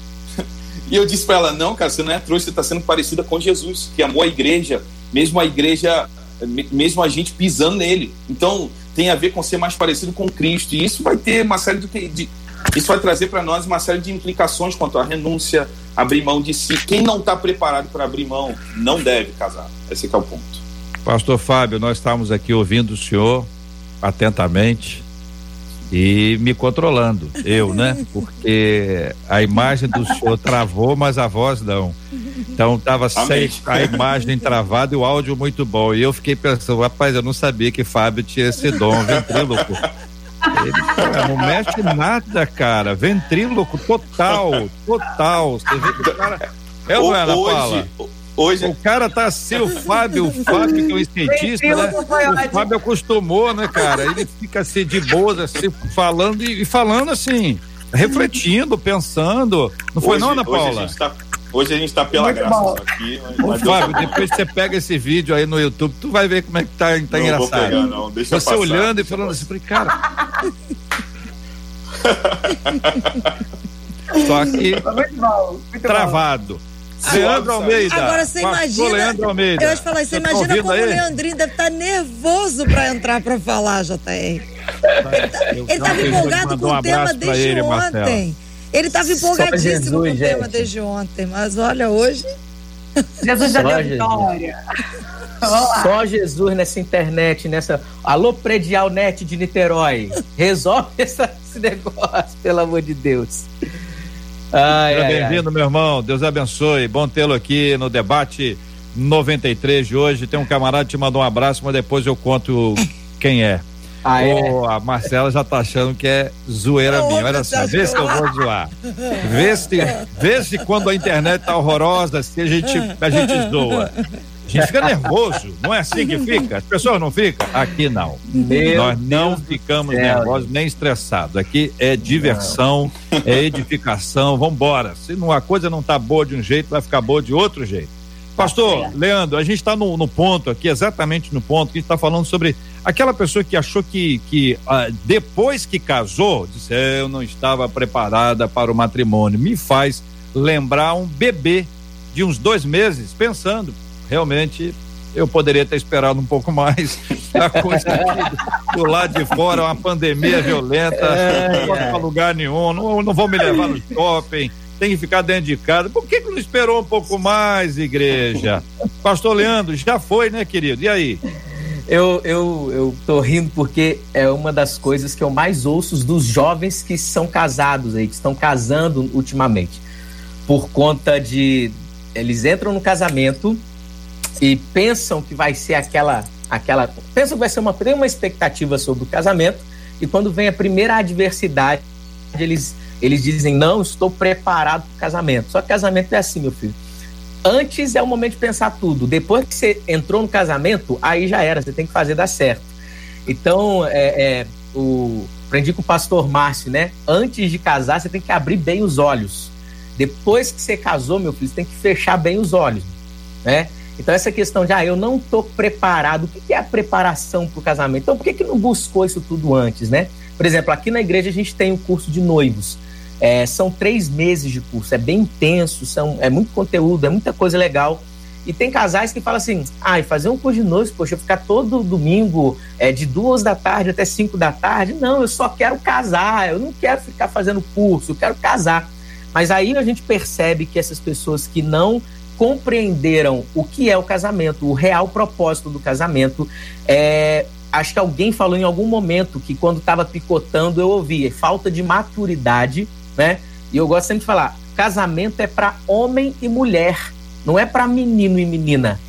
[SPEAKER 4] E eu disse para ela: não, cara, você não é trouxa, você está sendo parecida com Jesus, que amou a igreja, mesmo a igreja, mesmo a gente pisando nele. Então, tem a ver com ser mais parecido com Cristo. E isso vai ter uma série de... de isso vai trazer para nós uma série de implicações quanto à renúncia, abrir mão de si. Quem não está preparado para abrir mão, não deve casar. Esse que é o ponto.
[SPEAKER 2] Pastor Fábio, nós estamos aqui ouvindo o senhor atentamente e me controlando, eu, né? Porque a imagem do senhor travou, mas a voz não. Então tava sem a imagem travada e o áudio muito bom. E eu fiquei pensando: rapaz, eu não sabia que Fábio tinha esse dom ventríloco. Ele, cara, não mexe nada, cara. Ventríloco total, total. Você vê que o cara é ou não é, Ana Paula? Hoje... O cara tá assim, o Fábio, o Fábio que é um skatista, né? O Fábio acostumou, né, cara? Ele fica assim de boas, assim, falando e, e falando assim, refletindo, pensando. Não foi hoje, não, Ana Paula?
[SPEAKER 4] Hoje a gente tá, hoje a gente tá pela Muito graça aqui.
[SPEAKER 2] Mas, Fábio, depois você pega esse vídeo aí no YouTube, tu vai ver como é que tá, tá
[SPEAKER 4] não
[SPEAKER 2] engraçado.
[SPEAKER 4] Vou pegar, não. Deixa
[SPEAKER 2] você
[SPEAKER 4] passar,
[SPEAKER 2] olhando e falando assim, falei, cara... Só que muito bom, muito travado. Bom. Leandro Almeida.
[SPEAKER 3] Agora você imagina.
[SPEAKER 2] Leandro Almeida.
[SPEAKER 3] Eu ia falar, você, você imagina tá como aí? O Leandrinho deve estar nervoso para entrar para falar, J R. Ele estava empolgado com o tema desde ele, ontem. Marcelo. Ele estava empolgadíssimo Jesus, com o gente. tema desde ontem, mas olha, hoje.
[SPEAKER 5] Jesus já deu vitória.
[SPEAKER 6] Só Jesus nessa internet, nessa. Alô, Predial Net de Niterói. Resolve essa, esse negócio, pelo amor de Deus.
[SPEAKER 2] Ai, ai, bem-vindo, ai. meu irmão. Deus abençoe. Bom tê-lo aqui no debate noventa e três de hoje. Tem um camarada que te mandou um abraço, mas depois eu conto quem é.
[SPEAKER 6] Ah, é?
[SPEAKER 2] Oh, a Marcela já tá achando que é zoeira minha. Olha só, vê se eu vou zoar. Vê se, vê se quando a internet tá horrorosa, se a gente, a gente zoa. A gente fica nervoso, não é assim que fica? As pessoas não ficam? Aqui não. Meu Nós não Deus ficamos nervosos nem estressados. Aqui é diversão, não. é edificação, vambora. Se não, a coisa não tá boa de um jeito, vai ficar boa de outro jeito. Pastor Leandro, a gente está no, no ponto aqui, exatamente no ponto, que a gente está falando sobre aquela pessoa que achou que, que ah, depois que casou, disse, eu não estava preparada para o matrimônio. Me faz lembrar um bebê de uns dois meses, pensando, realmente, eu poderia ter esperado um pouco mais. A coisa do lado de fora, uma pandemia violenta, é, não posso é. para lugar nenhum, não, não vou me levar no shopping, tem que ficar dentro de casa. Por que que não esperou um pouco mais, igreja? Pastor Leandro, já foi, né, querido? E aí?
[SPEAKER 6] Eu, eu, eu tô rindo porque é uma das coisas que eu mais ouço dos jovens que são casados aí, que estão casando ultimamente. Por conta de... Eles entram no casamento e pensam que vai ser aquela... aquela pensam que vai ser uma... Tem uma expectativa sobre o casamento e quando vem a primeira adversidade, eles... Eles dizem, não, estou preparado para o casamento. Só que casamento é assim, meu filho. Antes é o momento de pensar tudo. Depois que você entrou no casamento, aí já era, você tem que fazer dar certo. Então, é, é, o, aprendi com o pastor Márcio, né? Antes de casar, você tem que abrir bem os olhos. Depois que você casou, meu filho, você tem que fechar bem os olhos, né? Então, essa questão de, ah, eu não estou preparado. O que é a preparação para o casamento? Então, por que que não buscou isso tudo antes, né? Por exemplo, aqui na igreja a gente tem o curso de noivos. É, são três meses de curso, é bem intenso, são, é muito conteúdo, é muita coisa legal. E tem casais que falam assim, ah, fazer um curso de noivos, poxa, eu ficar todo domingo é, de duas da tarde até cinco da tarde, não, eu só quero casar, eu não quero ficar fazendo curso, eu quero casar. Mas aí a gente percebe que essas pessoas que não compreenderam o que é o casamento, o real propósito do casamento, é... Acho que alguém falou em algum momento que quando estava picotando eu ouvia falta de maturidade, né? E eu gosto sempre de falar, casamento é para homem e mulher, não é para menino e menina,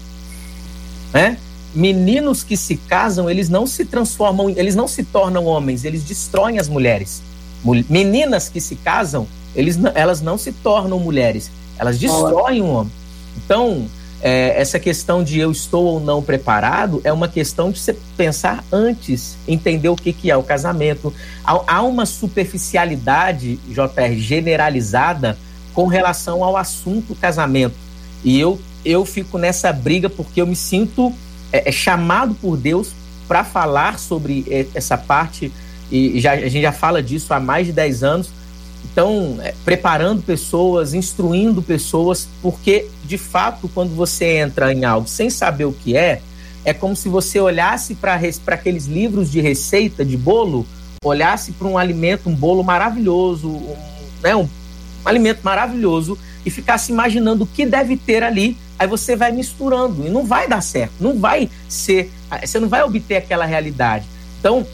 [SPEAKER 6] né? Meninos que se casam, eles não se transformam, eles não se tornam homens, eles destroem as mulheres. Meninas que se casam, eles, elas não se tornam mulheres, elas destroem o homem. Então, É, essa questão de eu estou ou não preparado é uma questão de você pensar antes, entender o que, que é o casamento. Há, há uma superficialidade, J R, generalizada com relação ao assunto casamento. E eu, eu fico nessa briga porque eu me sinto é, é chamado por Deus para falar sobre é, essa parte, e já, a gente já fala disso há mais de dez anos. Então, é, preparando pessoas, instruindo pessoas, porque, de fato, quando você entra em algo sem saber o que é, é como se você olhasse para aqueles livros de receita de bolo, olhasse para um alimento, um bolo maravilhoso, um, né, um, um alimento maravilhoso, e ficasse imaginando o que deve ter ali, aí você vai misturando, e não vai dar certo, não vai ser, você não vai obter aquela realidade. Então,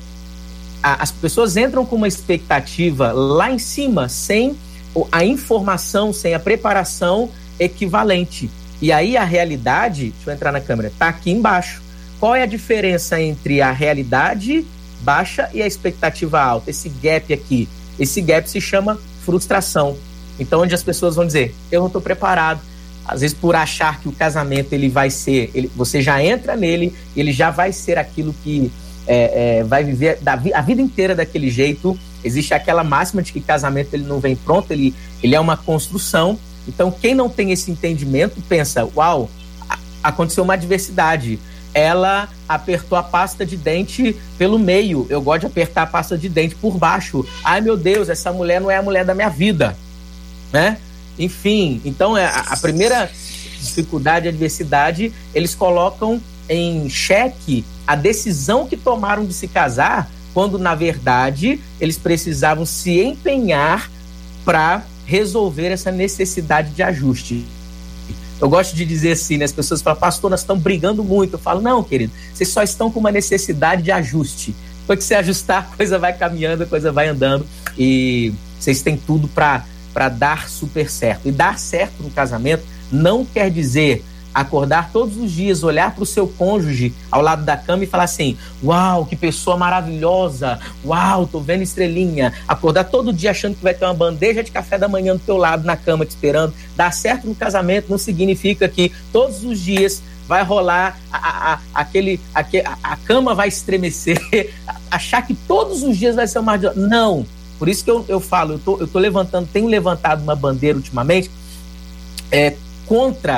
[SPEAKER 6] as pessoas entram com uma expectativa lá em cima, sem a informação, sem a preparação equivalente. E aí a realidade, deixa eu entrar na câmera, está aqui embaixo. Qual é a diferença entre a realidade baixa e a expectativa alta? Esse gap aqui, esse gap se chama frustração. Então, onde as pessoas vão dizer, eu não estou preparado. Às vezes por achar que o casamento ele vai ser, ele, você já entra nele, ele já vai ser aquilo que É, é, vai viver da, a vida inteira daquele jeito. Existe aquela máxima de que casamento ele não vem pronto, ele, ele é uma construção. Então quem não tem esse entendimento pensa, uau, a, aconteceu uma adversidade, ela apertou a pasta de dente pelo meio, eu gosto de apertar a pasta de dente por baixo, ai meu Deus, essa mulher não é a mulher da minha vida, né? Enfim, então a, a primeira dificuldade, adversidade, eles colocam em xeque a decisão que tomaram de se casar, quando na verdade eles precisavam se empenhar para resolver essa necessidade de ajuste. Eu gosto de dizer assim, né? As pessoas falam, pastor, nós estamos brigando muito. Eu falo, não, querido, vocês só estão com uma necessidade de ajuste. Depois que você ajustar, a coisa vai caminhando, a coisa vai andando e vocês têm tudo para para dar super certo. E dar certo no casamento não quer dizer acordar todos os dias, olhar para o seu cônjuge ao lado da cama e falar assim, uau, que pessoa maravilhosa, uau, tô vendo estrelinha. Acordar todo dia achando que vai ter uma bandeja de café da manhã do teu lado na cama te esperando. Dar certo no casamento não significa que todos os dias vai rolar a, a, a, aquele, a, a cama vai estremecer, achar que todos os dias vai ser uma... Não, por isso que eu, eu falo, eu tô, eu tô levantando, tenho levantado uma bandeira ultimamente é, contra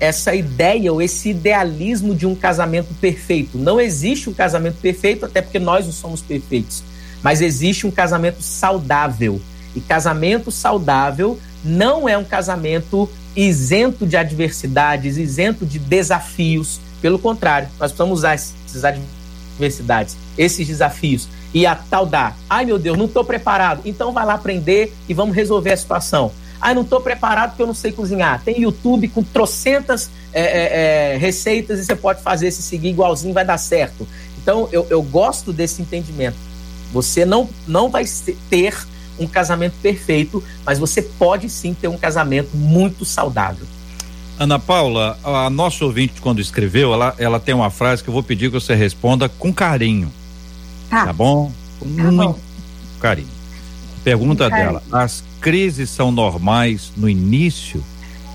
[SPEAKER 6] essa ideia ou esse idealismo de um casamento perfeito. Não existe um casamento perfeito, até porque nós não somos perfeitos, mas existe um casamento saudável. E casamento saudável não é um casamento isento de adversidades, isento de desafios. Pelo contrário, nós precisamos usar essas adversidades, esses desafios, e a tal da, ai meu Deus, não estou preparado, então vai lá aprender e vamos resolver a situação. Ai, não estou preparado porque eu não sei cozinhar. Tem YouTube com trocentas é, é, é, receitas e você pode fazer, se seguir igualzinho, vai dar certo. Então, eu, eu gosto desse entendimento. Você não, não vai ter um casamento perfeito, mas você pode sim ter um casamento muito saudável.
[SPEAKER 2] Ana Paula, a nossa ouvinte, quando escreveu, ela, ela tem uma frase que eu vou pedir que você responda com carinho. Tá, tá bom? Com
[SPEAKER 5] tá
[SPEAKER 2] muito
[SPEAKER 5] bom.
[SPEAKER 2] carinho. Pergunta
[SPEAKER 5] carinho.
[SPEAKER 2] dela: as crises são normais no início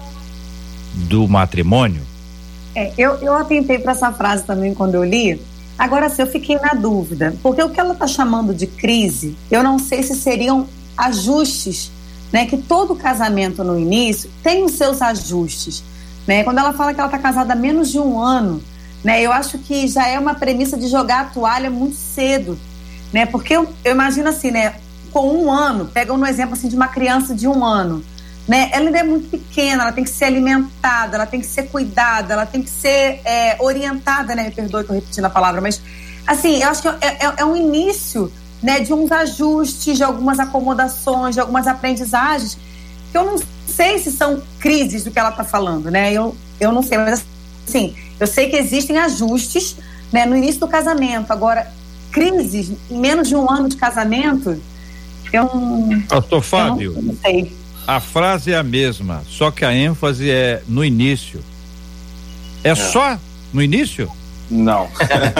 [SPEAKER 2] do matrimônio?
[SPEAKER 5] É, eu, eu atentei para essa frase também quando eu li. Agora sim, eu fiquei na dúvida, porque o que ela está chamando de crise, eu não sei se seriam ajustes, né? Que todo casamento no início tem os seus ajustes, né? Quando ela fala que ela está casada há menos de um ano, né? Eu acho que já é uma premissa de jogar a toalha muito cedo, né? Porque eu, eu imagino assim, né? Com um ano, pegam no exemplo assim de uma criança de um ano, né? Ela ainda é muito pequena, ela tem que ser alimentada, ela tem que ser cuidada, ela tem que ser é, orientada, né? Me perdoe, estou repetindo a palavra, mas assim, eu acho que é, é, é um início, né, de uns ajustes, de algumas acomodações, de algumas aprendizagens, que eu não sei se são crises do que ela está falando, né? Eu, eu não sei, mas assim, eu sei que existem ajustes, né, no início do casamento. Agora, crises em menos de um ano de casamento, eu não...
[SPEAKER 2] Pastor Fábio,
[SPEAKER 5] eu não, não sei.
[SPEAKER 2] A frase é a mesma, só que a ênfase é no início. É, é. só no início?
[SPEAKER 4] Não.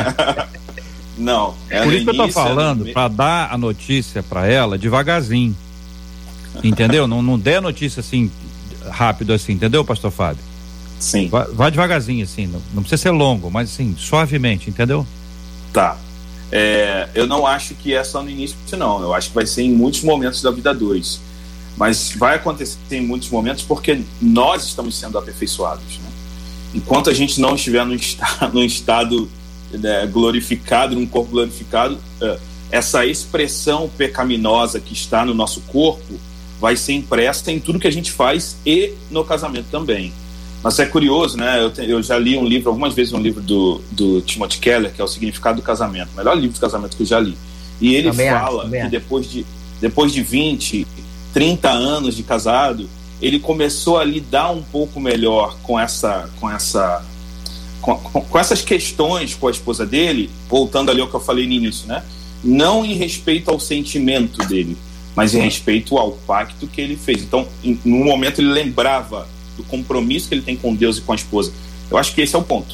[SPEAKER 4] Não. É
[SPEAKER 2] Por isso que eu tô falando,
[SPEAKER 4] é no...
[SPEAKER 2] para dar a notícia para ela devagarzinho. Entendeu? não, não dê a notícia assim, rápido assim, entendeu, pastor Fábio?
[SPEAKER 4] Sim.
[SPEAKER 2] Vai, vai devagarzinho assim, não, não precisa ser longo, mas assim, suavemente, entendeu?
[SPEAKER 4] Tá. É, eu não acho que é só no início, não. Eu acho que vai ser em muitos momentos da vida dois. Mas vai acontecer em muitos momentos porque nós estamos sendo aperfeiçoados, né? Enquanto a gente não estiver num estado, num estado né, glorificado, num corpo glorificado, essa expressão pecaminosa que está no nosso corpo vai ser impressa em tudo que a gente faz e no casamento também. Mas é curioso, né? Eu, te, eu já li um livro, algumas vezes um livro do, do Timothy Keller, que é O Significado do Casamento, o melhor livro de casamento que eu já li. E ele também fala acho, que depois de, depois de vinte, trinta anos de casado, ele começou a lidar um pouco melhor com essa, com essa, com, com, com essas questões com a esposa dele, voltando ali ao que eu falei no início, né? Não em respeito ao sentimento dele, mas em respeito ao pacto que ele fez. Então, em, num momento ele lembrava do compromisso que ele tem com Deus e com a esposa. Eu acho que esse é o ponto.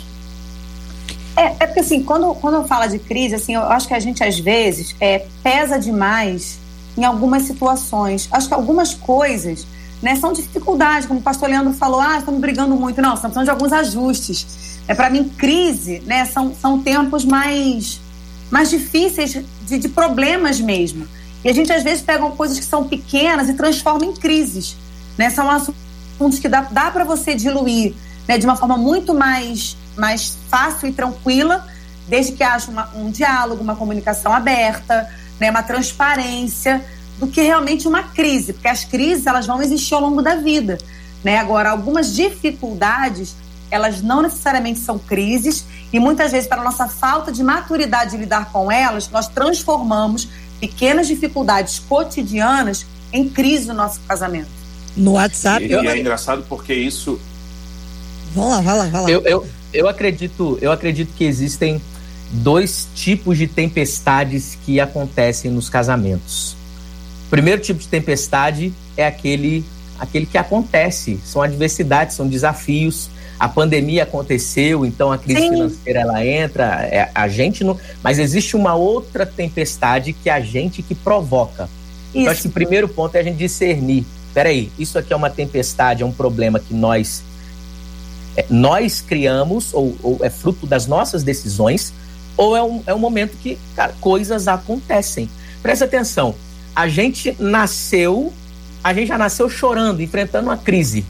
[SPEAKER 5] É, é porque assim, quando, quando eu falo de crise, assim, eu acho que a gente às vezes é, pesa demais em algumas situações. Acho que algumas coisas, né, são dificuldades, como o pastor Leandro falou, ah, estamos brigando muito. Não, estamos precisando de alguns ajustes. É, para mim, crise, né, são, são tempos mais, mais difíceis de, de problemas mesmo. E a gente às vezes pega coisas que são pequenas e transforma em crises, né? São assuntos que dá, dá para você diluir, né, de uma forma muito mais, mais fácil e tranquila, desde que haja uma, um diálogo, uma comunicação aberta, né, uma transparência, do que realmente uma crise, porque as crises elas vão existir ao longo da vida, né? Agora, algumas dificuldades, elas não necessariamente são crises, e muitas vezes, para a nossa falta de maturidade de lidar com elas, nós transformamos pequenas dificuldades cotidianas em crise no nosso casamento.
[SPEAKER 3] No WhatsApp...
[SPEAKER 4] E, eu... e é engraçado porque isso...
[SPEAKER 3] Vamos lá, vai lá, vai lá.
[SPEAKER 6] Eu, eu, eu, acredito, eu acredito que existem dois tipos de tempestades que acontecem nos casamentos. O primeiro tipo de tempestade é aquele, aquele que acontece, são adversidades, são desafios. A pandemia aconteceu, então a crise Sim. financeira ela entra, é, a gente não... Mas existe uma outra tempestade que é a gente que provoca. Então, acho que o primeiro ponto é a gente discernir. Peraí, isso aqui é uma tempestade, é um problema que nós, é, nós criamos, ou, ou é fruto das nossas decisões, ou é um, é um momento que, cara, coisas acontecem. Presta atenção, a gente nasceu, a gente já nasceu chorando, enfrentando uma crise.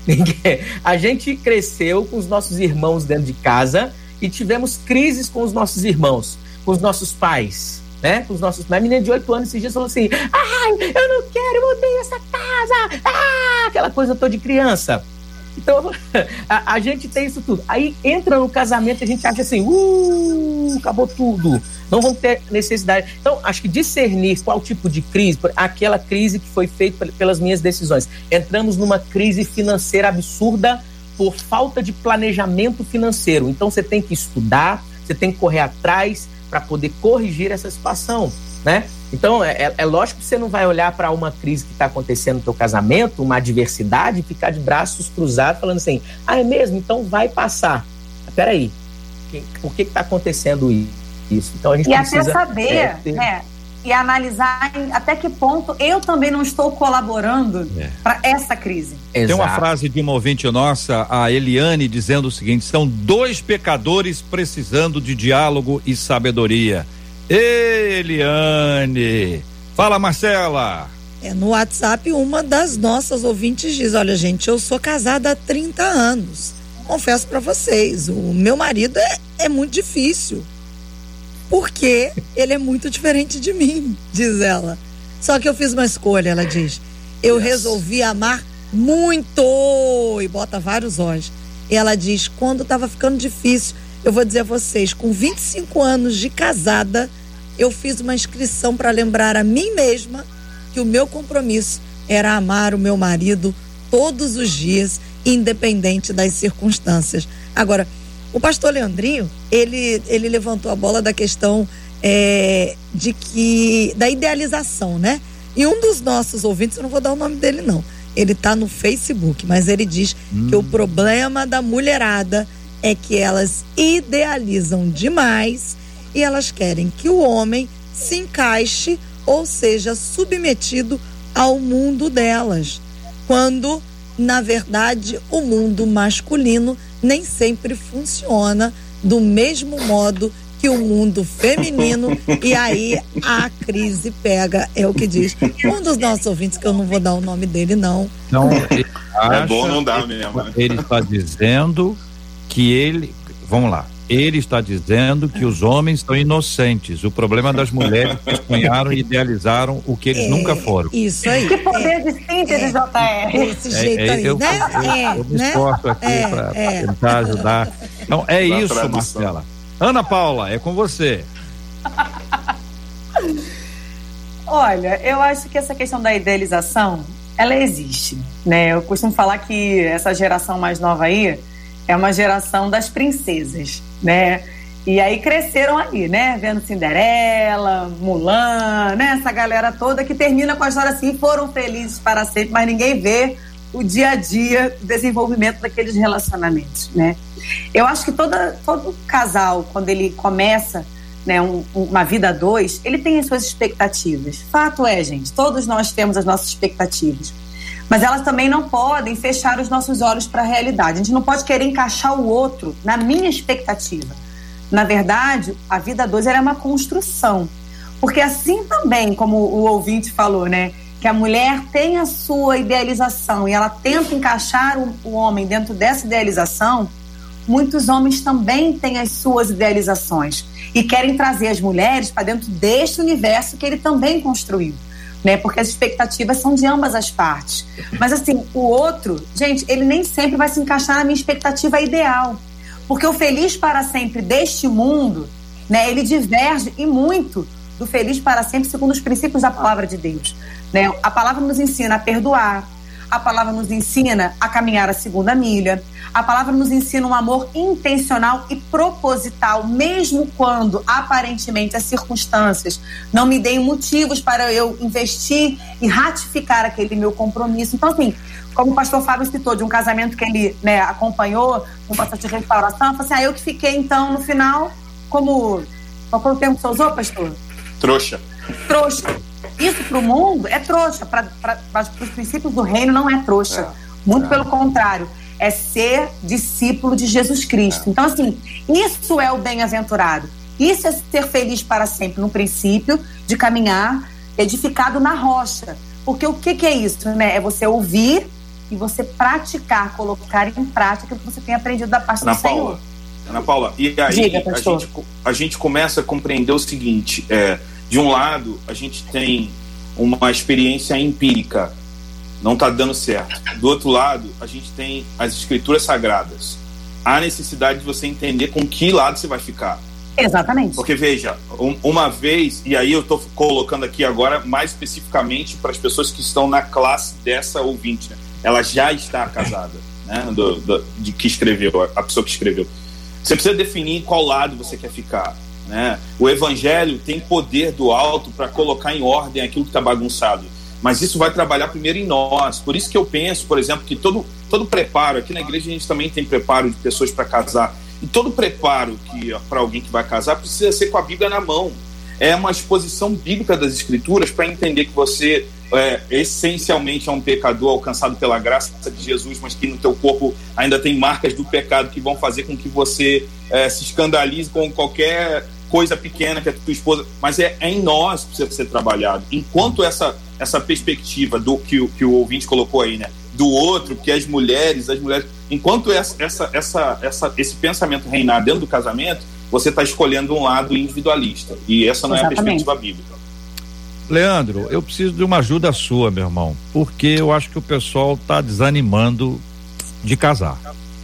[SPEAKER 6] Ninguém. A gente cresceu com os nossos irmãos dentro de casa e tivemos crises com os nossos irmãos, com os nossos pais, né? Com os nossos... Minha menina de oito anos esses dias falou assim: ai, eu não quero, eu odeio essa casa, ah! Aquela coisa toda de criança. Então, a, a gente tem isso tudo. Aí entra no casamento e a gente acha assim, uh, acabou tudo, não vamos ter necessidade. Então, acho que discernir qual tipo de crise, aquela crise que foi feita pelas minhas decisões. Entramos numa crise financeira absurda por falta de planejamento financeiro. Então, você tem que estudar, você tem que correr atrás para poder corrigir essa situação, né? Então, é, é lógico que você não vai olhar para uma crise que está acontecendo no teu casamento, uma adversidade, e ficar de braços cruzados falando assim, ah, é mesmo? Então vai passar. Espera aí, por que está acontecendo isso? Então a gente
[SPEAKER 5] e
[SPEAKER 6] precisa...
[SPEAKER 5] até saber, é, ter... né, e analisar em, até que ponto eu também não estou colaborando é. para essa crise.
[SPEAKER 2] Exato. Tem uma frase de uma ouvinte nossa, a Eliane, dizendo o seguinte: são dois pecadores precisando de diálogo e sabedoria. Eliane, fala, Marcela.
[SPEAKER 3] É, no WhatsApp, uma das nossas ouvintes diz: olha, gente, eu sou casada há trinta anos, confesso pra vocês, o meu marido é, é muito difícil, porque ele é muito diferente de mim, diz ela. Só que eu fiz uma escolha, ela diz, eu yes. resolvi amar muito, e bota vários olhos. E ela diz, quando tava ficando difícil, eu vou dizer a vocês, com vinte e cinco anos de casada, eu fiz uma inscrição para lembrar a mim mesma que o meu compromisso era amar o meu marido todos os dias, independente das circunstâncias. Agora, o pastor Leandrinho, ele, ele levantou a bola da questão é, de que, da idealização, né? E um dos nossos ouvintes, eu não vou dar o nome dele não, ele está no Facebook, mas ele diz hum. que o problema da mulherada é que elas idealizam demais e elas querem que o homem se encaixe ou seja submetido ao mundo delas, quando, na verdade, o mundo masculino nem sempre funciona do mesmo modo que o mundo feminino, e aí a crise pega, é o que diz um dos nossos ouvintes, que eu não vou dar o nome dele não.
[SPEAKER 2] Não, ele acha,
[SPEAKER 4] é bom não dar mesmo, né?
[SPEAKER 2] Ele está dizendo que ele, vamos lá, ele está dizendo que os homens são inocentes. O problema das mulheres que sonharam e idealizaram o que eles é, nunca foram.
[SPEAKER 5] Isso aí. Que poder de síntese, J R.
[SPEAKER 3] Desse jeito é, é, aí,
[SPEAKER 2] eu,
[SPEAKER 3] né?
[SPEAKER 2] Eu, eu,
[SPEAKER 3] é,
[SPEAKER 2] eu me
[SPEAKER 3] né?
[SPEAKER 2] esforço aqui é, para é. tentar ajudar. Então, é isso, tradução. Marcela. Ana Paula, é com você.
[SPEAKER 5] Olha, eu acho que essa questão da idealização, ela existe, né? Eu costumo falar que essa geração mais nova aí é uma geração das princesas, né? E aí cresceram ali, né? Vendo Cinderela, Mulan, né? Essa galera toda que termina com a história assim, foram felizes para sempre, mas ninguém vê o dia a dia, o desenvolvimento daqueles relacionamentos, né? Eu acho que toda, todo casal, quando ele começa, né, um, uma vida a dois, ele tem as suas expectativas. Fato é, gente, todos nós temos as nossas expectativas. Mas elas também não podem fechar os nossos olhos para a realidade. A gente não pode querer encaixar o outro na minha expectativa. Na verdade, a vida a dois é uma construção. Porque assim também, como o ouvinte falou, né, que a mulher tem a sua idealização e ela tenta encaixar o, o homem dentro dessa idealização, muitos homens também têm as suas idealizações e querem trazer as mulheres para dentro deste universo que ele também construiu. Né? Porque as expectativas são de ambas as partes. Mas assim, o outro, gente, ele nem sempre vai se encaixar na minha expectativa ideal. Porque o feliz para sempre deste mundo, né, ele diverge e muito do feliz para sempre segundo os princípios da palavra de Deus. Né? A palavra nos ensina a perdoar, a palavra nos ensina a caminhar a segunda milha, a palavra nos ensina um amor intencional e proposital, mesmo quando aparentemente as circunstâncias não me deem motivos para eu investir e ratificar aquele meu compromisso. Então, assim, como o pastor Fábio citou, de um casamento que ele, né, acompanhou, um processo de restauração, eu falei assim, ah, eu que fiquei então no final como, qual foi o termo que você usou, pastor?
[SPEAKER 4] Trouxa.
[SPEAKER 5] Trouxa. Isso para o mundo é trouxa, para os princípios do reino não é trouxa. É, Muito é. pelo contrário, é ser discípulo de Jesus Cristo. É. Então, assim, isso é o bem-aventurado. Isso é ser feliz para sempre, no princípio de caminhar edificado na rocha. Porque o que, que é isso? Né? É você ouvir e você praticar, colocar em prática o que você tem aprendido da parte
[SPEAKER 4] Ana
[SPEAKER 5] do
[SPEAKER 4] Paula,
[SPEAKER 5] Senhor.
[SPEAKER 4] Ana Paula, e aí
[SPEAKER 5] Diga,
[SPEAKER 4] a, gente, a gente começa a compreender o seguinte, é, de um lado, a gente tem uma experiência empírica, não está dando certo. Do outro lado, a gente tem as escrituras sagradas. Há necessidade de você entender com que lado você vai ficar.
[SPEAKER 5] Exatamente.
[SPEAKER 4] Porque, veja, um, uma vez, e aí eu estou colocando aqui agora mais especificamente para as pessoas que estão na classe dessa ouvinte, né? Ela já está casada, né? Do, do, de que escreveu, a pessoa que escreveu. Você precisa definir em qual lado você quer ficar, né? O evangelho tem poder do alto para colocar em ordem aquilo que está bagunçado. Mas isso vai trabalhar primeiro em nós. Por isso que eu penso, por exemplo, que todo, todo preparo, aqui na igreja a gente também tem preparo de pessoas para casar, e todo preparo que para alguém que vai casar precisa ser com a Bíblia na mão. É uma exposição bíblica das Escrituras para entender que você é, essencialmente é um pecador alcançado pela graça de Jesus, mas que no teu corpo ainda tem marcas do pecado que vão fazer com que você é, se escandalize com qualquer coisa pequena que a tua esposa... Mas é, é em nós que precisa ser trabalhado. Enquanto essa, essa perspectiva do que o, que o ouvinte colocou aí, né? Do outro, que as mulheres, as mulheres... Enquanto essa, essa, essa, essa, esse pensamento reinar dentro do casamento, você está escolhendo um lado individualista. E essa não Exatamente. É a perspectiva bíblica.
[SPEAKER 2] Leandro, eu preciso de uma ajuda sua, meu irmão, porque eu acho que o pessoal está desanimando de casar.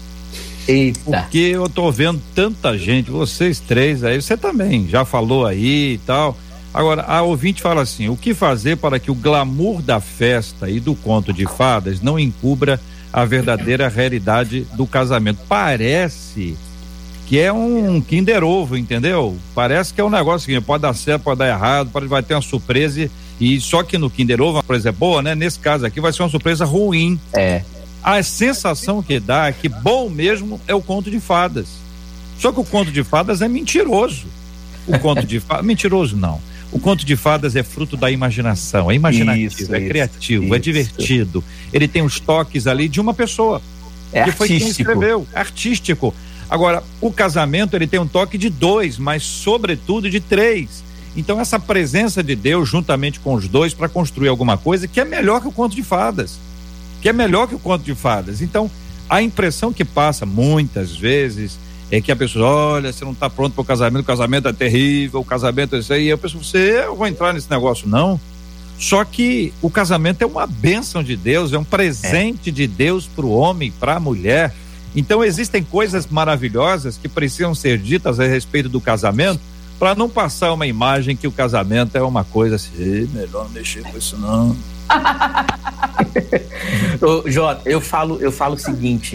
[SPEAKER 6] Eita.
[SPEAKER 2] Porque eu tô vendo tanta gente, vocês três aí, você também já falou aí e tal. Agora, a ouvinte fala assim: o que fazer para que o glamour da festa e do conto de fadas não encubra a verdadeira realidade do casamento? Parece que é um Kinder Ovo, entendeu? Parece que é um negócio que pode dar certo, pode dar errado, pode, vai ter uma surpresa, e só que no Kinder Ovo a surpresa é boa, né? Nesse caso aqui vai ser uma surpresa ruim.
[SPEAKER 6] É.
[SPEAKER 2] A sensação que dá é que bom mesmo é o conto de fadas. Só que o conto de fadas é mentiroso. O conto de fadas, mentiroso não. O conto de fadas é fruto da imaginação, é imaginativo, isso, é isso, criativo, isso. É divertido. Ele tem os toques ali de uma pessoa.
[SPEAKER 6] É
[SPEAKER 2] que
[SPEAKER 6] artístico.
[SPEAKER 2] Foi quem escreveu, artístico. Agora, o casamento, ele tem um toque de dois, mas sobretudo de três. Então essa presença de Deus juntamente com os dois para construir alguma coisa que é melhor que o conto de fadas. Que é melhor que o conto de fadas. Então, a impressão que passa muitas vezes é que a pessoa, olha, você não está pronto para o casamento, o casamento é terrível, o casamento é isso aí. E eu penso, você, eu vou entrar nesse negócio, não. Só que o casamento é uma bênção de Deus, é um presente é. de Deus para o homem, para a mulher. Então, existem coisas maravilhosas que precisam ser ditas a respeito do casamento, para não passar uma imagem que o casamento é uma coisa assim, melhor não mexer com isso não.
[SPEAKER 6] Ô, Jota, eu falo, eu falo o seguinte,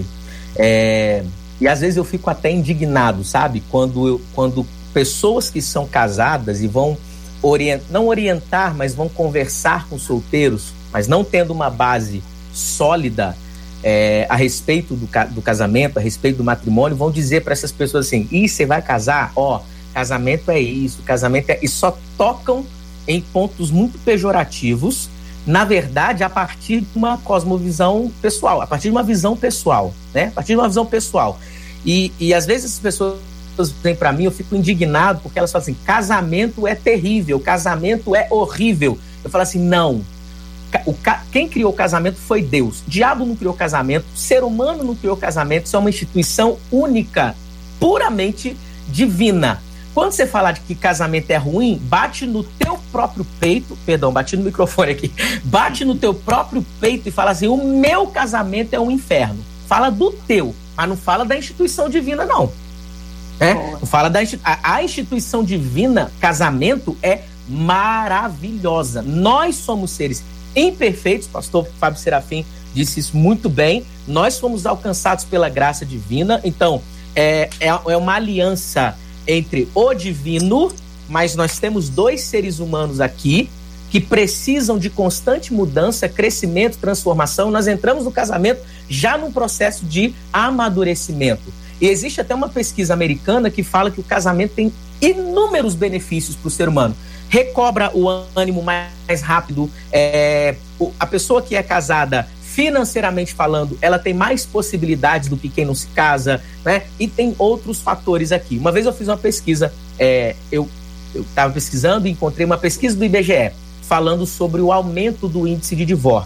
[SPEAKER 6] é, e às vezes eu fico até indignado, sabe? Quando, eu, quando pessoas que são casadas e vão orient, não orientar, mas vão conversar com solteiros, mas não tendo uma base sólida é, a respeito do, do casamento, a respeito do matrimônio, vão dizer para essas pessoas assim: ih, você vai casar? Ó, casamento é isso, casamento é... E só tocam em pontos muito pejorativos, na verdade, a partir de uma cosmovisão pessoal, a partir de uma visão pessoal, né? A partir de uma visão pessoal. E, e às vezes as pessoas vêm para mim, eu fico indignado, porque elas falam assim: casamento é terrível, casamento é horrível. Eu falo assim: não. O, quem criou o casamento foi Deus. O diabo não criou casamento, o ser humano não criou casamento, isso é uma instituição única, puramente divina. Quando você falar de que casamento é ruim, bate no teu próprio peito, perdão, bate no microfone aqui, bate no teu próprio peito e fala assim: o meu casamento é um inferno. Fala do teu, mas não fala da instituição divina, não. É? Não fala da a, a instituição divina, casamento, é maravilhosa. Nós somos seres imperfeitos, pastor Fábio Serafim disse isso muito bem, nós fomos alcançados pela graça divina, então é, é, é uma aliança entre o divino, mas nós temos dois seres humanos aqui que precisam de constante mudança, crescimento, transformação. Nós entramos no casamento já num processo de amadurecimento. E existe até uma pesquisa americana que fala que o casamento tem inúmeros benefícios para o ser humano. Recobra o ânimo mais rápido, é, a pessoa que é casada, financeiramente falando, ela tem mais possibilidades do que quem não se casa, né? E tem outros fatores aqui. Uma vez eu fiz uma pesquisa, é, eu estava pesquisando e encontrei uma pesquisa do I B G E falando sobre o aumento do índice de divórcio.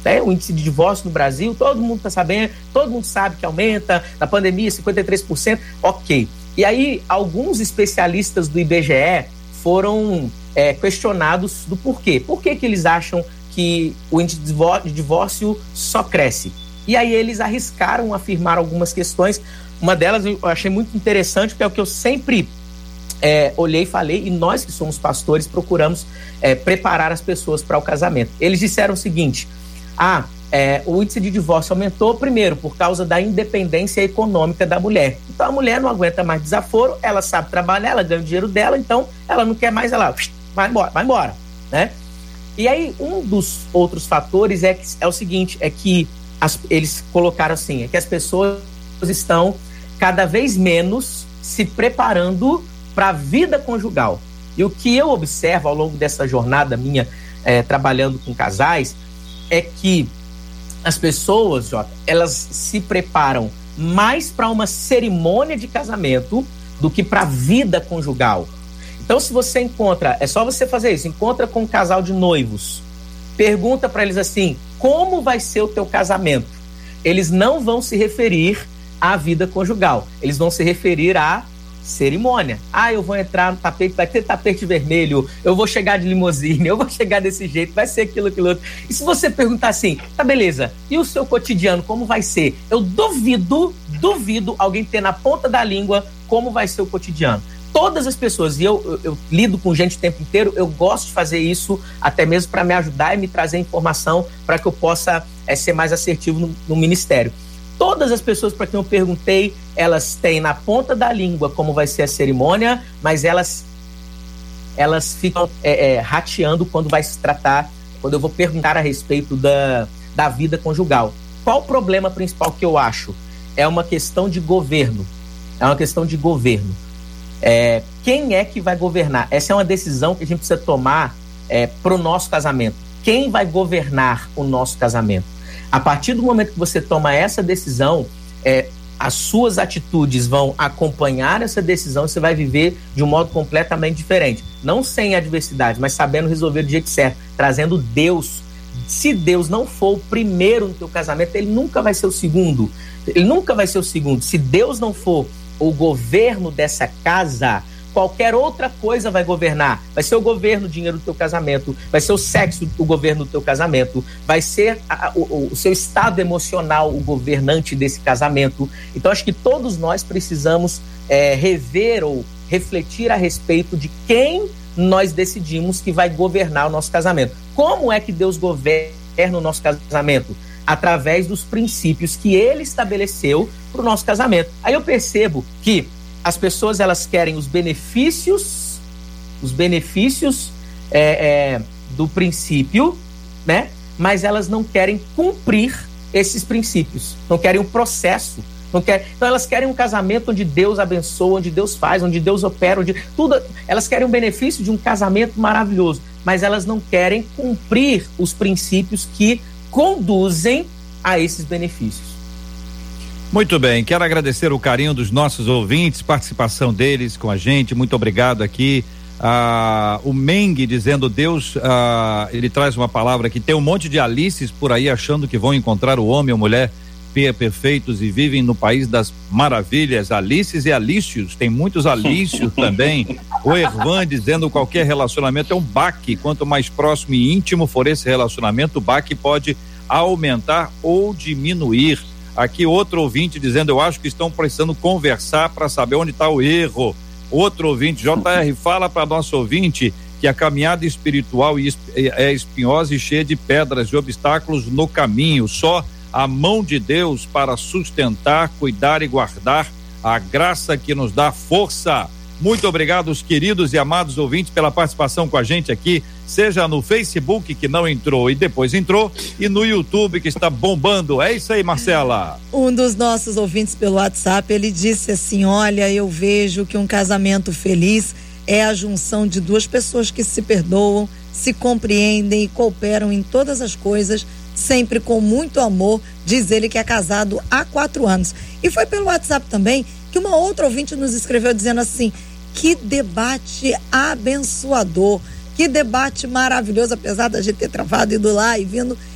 [SPEAKER 6] né? O índice de divórcio no Brasil, todo mundo está sabendo, todo mundo sabe que aumenta, na pandemia cinquenta e três por cento, ok. E aí, alguns especialistas do I B G E foram é, questionados do porquê. Por que que eles acham que o índice de divórcio só cresce? E aí eles arriscaram afirmar algumas questões. Uma delas eu achei muito interessante, porque é o que eu sempre é, olhei e falei, e nós que somos pastores procuramos é, preparar as pessoas para o casamento. Eles disseram o seguinte: ah, é, o índice de divórcio aumentou, primeiro, por causa da independência econômica da mulher. Então a mulher não aguenta mais desaforo, ela sabe trabalhar, ela ganha o dinheiro dela, então ela não quer mais, ela vai embora, vai embora, né? E aí um dos outros fatores é, que, é o seguinte, é que as, eles colocaram assim, é que as pessoas estão cada vez menos se preparando para a vida conjugal. E o que eu observo ao longo dessa jornada minha é, trabalhando com casais é que as pessoas, Jota, elas se preparam mais para uma cerimônia de casamento do que para a vida conjugal. Então, se você encontra, é só você fazer isso, encontra com um casal de noivos, pergunta para eles assim, como vai ser o teu casamento? Eles não vão se referir à vida conjugal, eles vão se referir à cerimônia. Ah, eu vou entrar no tapete, vai ter tapete vermelho, eu vou chegar de limusine, eu vou chegar desse jeito, vai ser aquilo, aquilo outro. E se você perguntar assim, tá beleza, e o seu cotidiano, como vai ser? Eu duvido, duvido alguém ter na ponta da língua como vai ser o cotidiano. Todas as pessoas, e eu, eu, eu lido com gente o tempo inteiro, eu gosto de fazer isso até mesmo para me ajudar e me trazer informação para que eu possa é, ser mais assertivo no, no ministério. Todas as pessoas para quem eu perguntei, elas têm na ponta da língua como vai ser a cerimônia, mas elas, elas ficam é, é, rateando quando vai se tratar, quando eu vou perguntar a respeito da, da vida conjugal. Qual o problema principal que eu acho? É uma questão de governo. É uma questão de governo. É, quem é que vai governar? Essa é uma decisão que a gente precisa tomar é, para o nosso casamento. Quem vai governar o nosso casamento? A partir do momento que você toma essa decisão, é, as suas atitudes vão acompanhar essa decisão e você vai viver de um modo completamente diferente. Não sem adversidade, mas sabendo resolver do jeito certo, trazendo Deus. Se Deus não for o primeiro no teu casamento, ele nunca vai ser o segundo. Ele nunca vai ser o segundo. Se Deus não for o governo dessa casa, qualquer outra coisa vai governar. Vai ser o governo, o dinheiro do teu casamento, vai ser o sexo, o governo do teu casamento, vai ser a, o, o seu estado emocional, o governante desse casamento. Então, acho que todos nós precisamos é, rever ou refletir a respeito de quem nós decidimos que vai governar o nosso casamento. Como é que Deus governa o nosso casamento? Através dos princípios que Ele estabeleceu para o nosso casamento. Aí eu percebo que as pessoas, elas querem os benefícios, os benefícios é, é, do princípio, né? Mas elas não querem cumprir esses princípios, não querem o processo, não querem, então elas querem um casamento onde Deus abençoa, onde Deus faz, onde Deus opera, onde tudo, elas querem o benefício de um casamento maravilhoso, mas elas não querem cumprir os princípios que conduzem a esses benefícios.
[SPEAKER 2] Muito bem, quero agradecer o carinho dos nossos ouvintes, participação deles com a gente, muito obrigado aqui. Ah, o Meng dizendo, Deus, ah, ele traz uma palavra que tem um monte de Alices por aí achando que vão encontrar o homem ou mulher perfeitos e vivem no país das maravilhas. Alices e Alícios, tem muitos Alícios também. O Ervan dizendo, qualquer relacionamento é um baque, quanto mais próximo e íntimo for esse relacionamento, o baque pode aumentar ou diminuir. Aqui outro ouvinte dizendo, eu acho que estão precisando conversar para saber onde está o erro. Outro ouvinte, J R, fala para nosso ouvinte que a caminhada espiritual é espinhosa e cheia de pedras e obstáculos no caminho. Só a mão de Deus para sustentar, cuidar e guardar, a graça que nos dá força. Muito obrigado, os queridos e amados ouvintes, pela participação com a gente aqui, seja no Facebook, que não entrou e depois entrou, e no YouTube, que está bombando. É isso aí, Marcela.
[SPEAKER 3] Um dos nossos ouvintes pelo WhatsApp, ele disse assim, olha, eu vejo que um casamento feliz é a junção de duas pessoas que se perdoam, se compreendem e cooperam em todas as coisas, sempre com muito amor. Diz ele que é casado há quatro anos. E foi pelo WhatsApp também que uma outra ouvinte nos escreveu dizendo assim, que debate abençoador, que debate maravilhoso, apesar da gente ter travado, ido lá e vindo.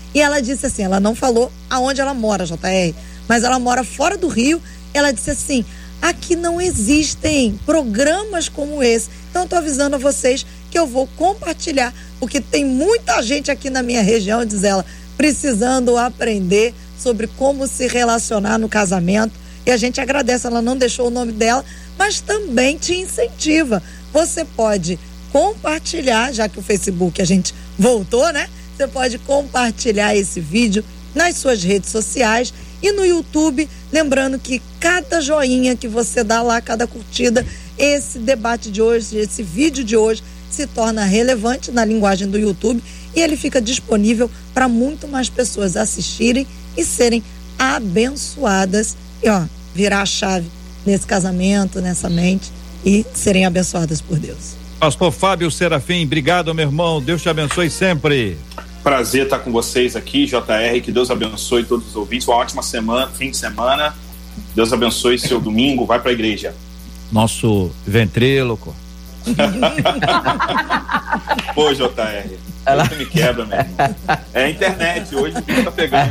[SPEAKER 3] E ela disse assim, ela não falou aonde ela mora, J R, mas ela mora fora do Rio. Ela disse assim, aqui não existem programas como esse. Então eu tô avisando a vocês que eu vou compartilhar, porque tem muita gente aqui na minha região, diz ela, precisando aprender sobre como se relacionar no casamento. E a gente agradece, ela não deixou o nome dela, mas também te incentiva. Você pode compartilhar, já que o Facebook a gente voltou, né? Você pode compartilhar esse vídeo nas suas redes sociais e no YouTube, lembrando que cada joinha que você dá lá, cada curtida, esse debate de hoje, esse vídeo de hoje se torna relevante na linguagem do YouTube e ele fica disponível para muito mais pessoas assistirem e serem abençoadas e ó, virar a chave nesse casamento, nessa mente e serem abençoadas por Deus.
[SPEAKER 2] Pastor Fábio Serafim, obrigado, meu irmão, Deus te abençoe sempre.
[SPEAKER 4] Prazer estar com vocês aqui, J R, que Deus abençoe todos os ouvintes, uma ótima semana, fim de semana, Deus abençoe seu domingo, vai pra igreja.
[SPEAKER 2] Nosso ventríloco.
[SPEAKER 4] Pô, J R, você me quebra, meu irmão. É a internet, hoje o bicho tá pegando.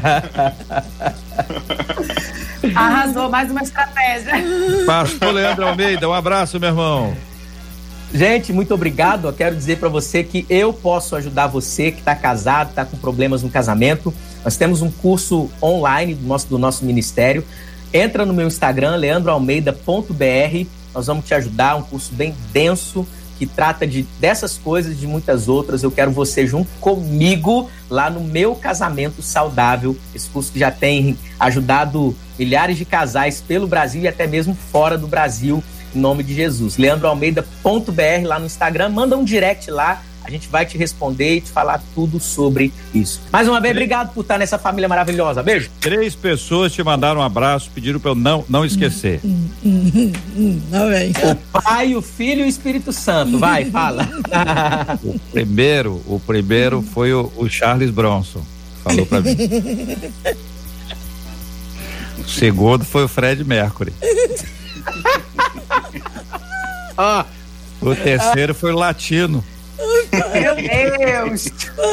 [SPEAKER 5] Arrasou, mais uma estratégia.
[SPEAKER 2] Pastor Leandro Almeida, um abraço, meu irmão.
[SPEAKER 6] Gente, muito obrigado. Eu quero dizer para você que eu posso ajudar você que está casado, está com problemas no casamento. Nós temos um curso online do nosso, do nosso ministério. Entra no meu Instagram, leandro almeida ponto b r. Nós vamos te ajudar, um curso bem denso, que trata de, dessas coisas e de muitas outras. Eu quero você junto comigo lá no Meu Casamento Saudável. Esse curso que já tem ajudado milhares de casais pelo Brasil e até mesmo fora do Brasil. Em nome de Jesus. leandro almeida ponto b r lá no Instagram. Manda um direct lá. A gente vai te responder e te falar tudo sobre isso. Mais uma vez, obrigado por estar nessa família maravilhosa. Beijo.
[SPEAKER 2] Três pessoas te mandaram um abraço, pediram para eu não, não esquecer.
[SPEAKER 3] Não vem.
[SPEAKER 6] O Pai, o Filho e o Espírito Santo. Vai, fala.
[SPEAKER 2] O primeiro, o primeiro foi o, o Charles Bronson. Falou para mim. O segundo foi o Fred Mercury.
[SPEAKER 6] Ah.
[SPEAKER 2] O terceiro foi o Latino.
[SPEAKER 5] Meu Deus!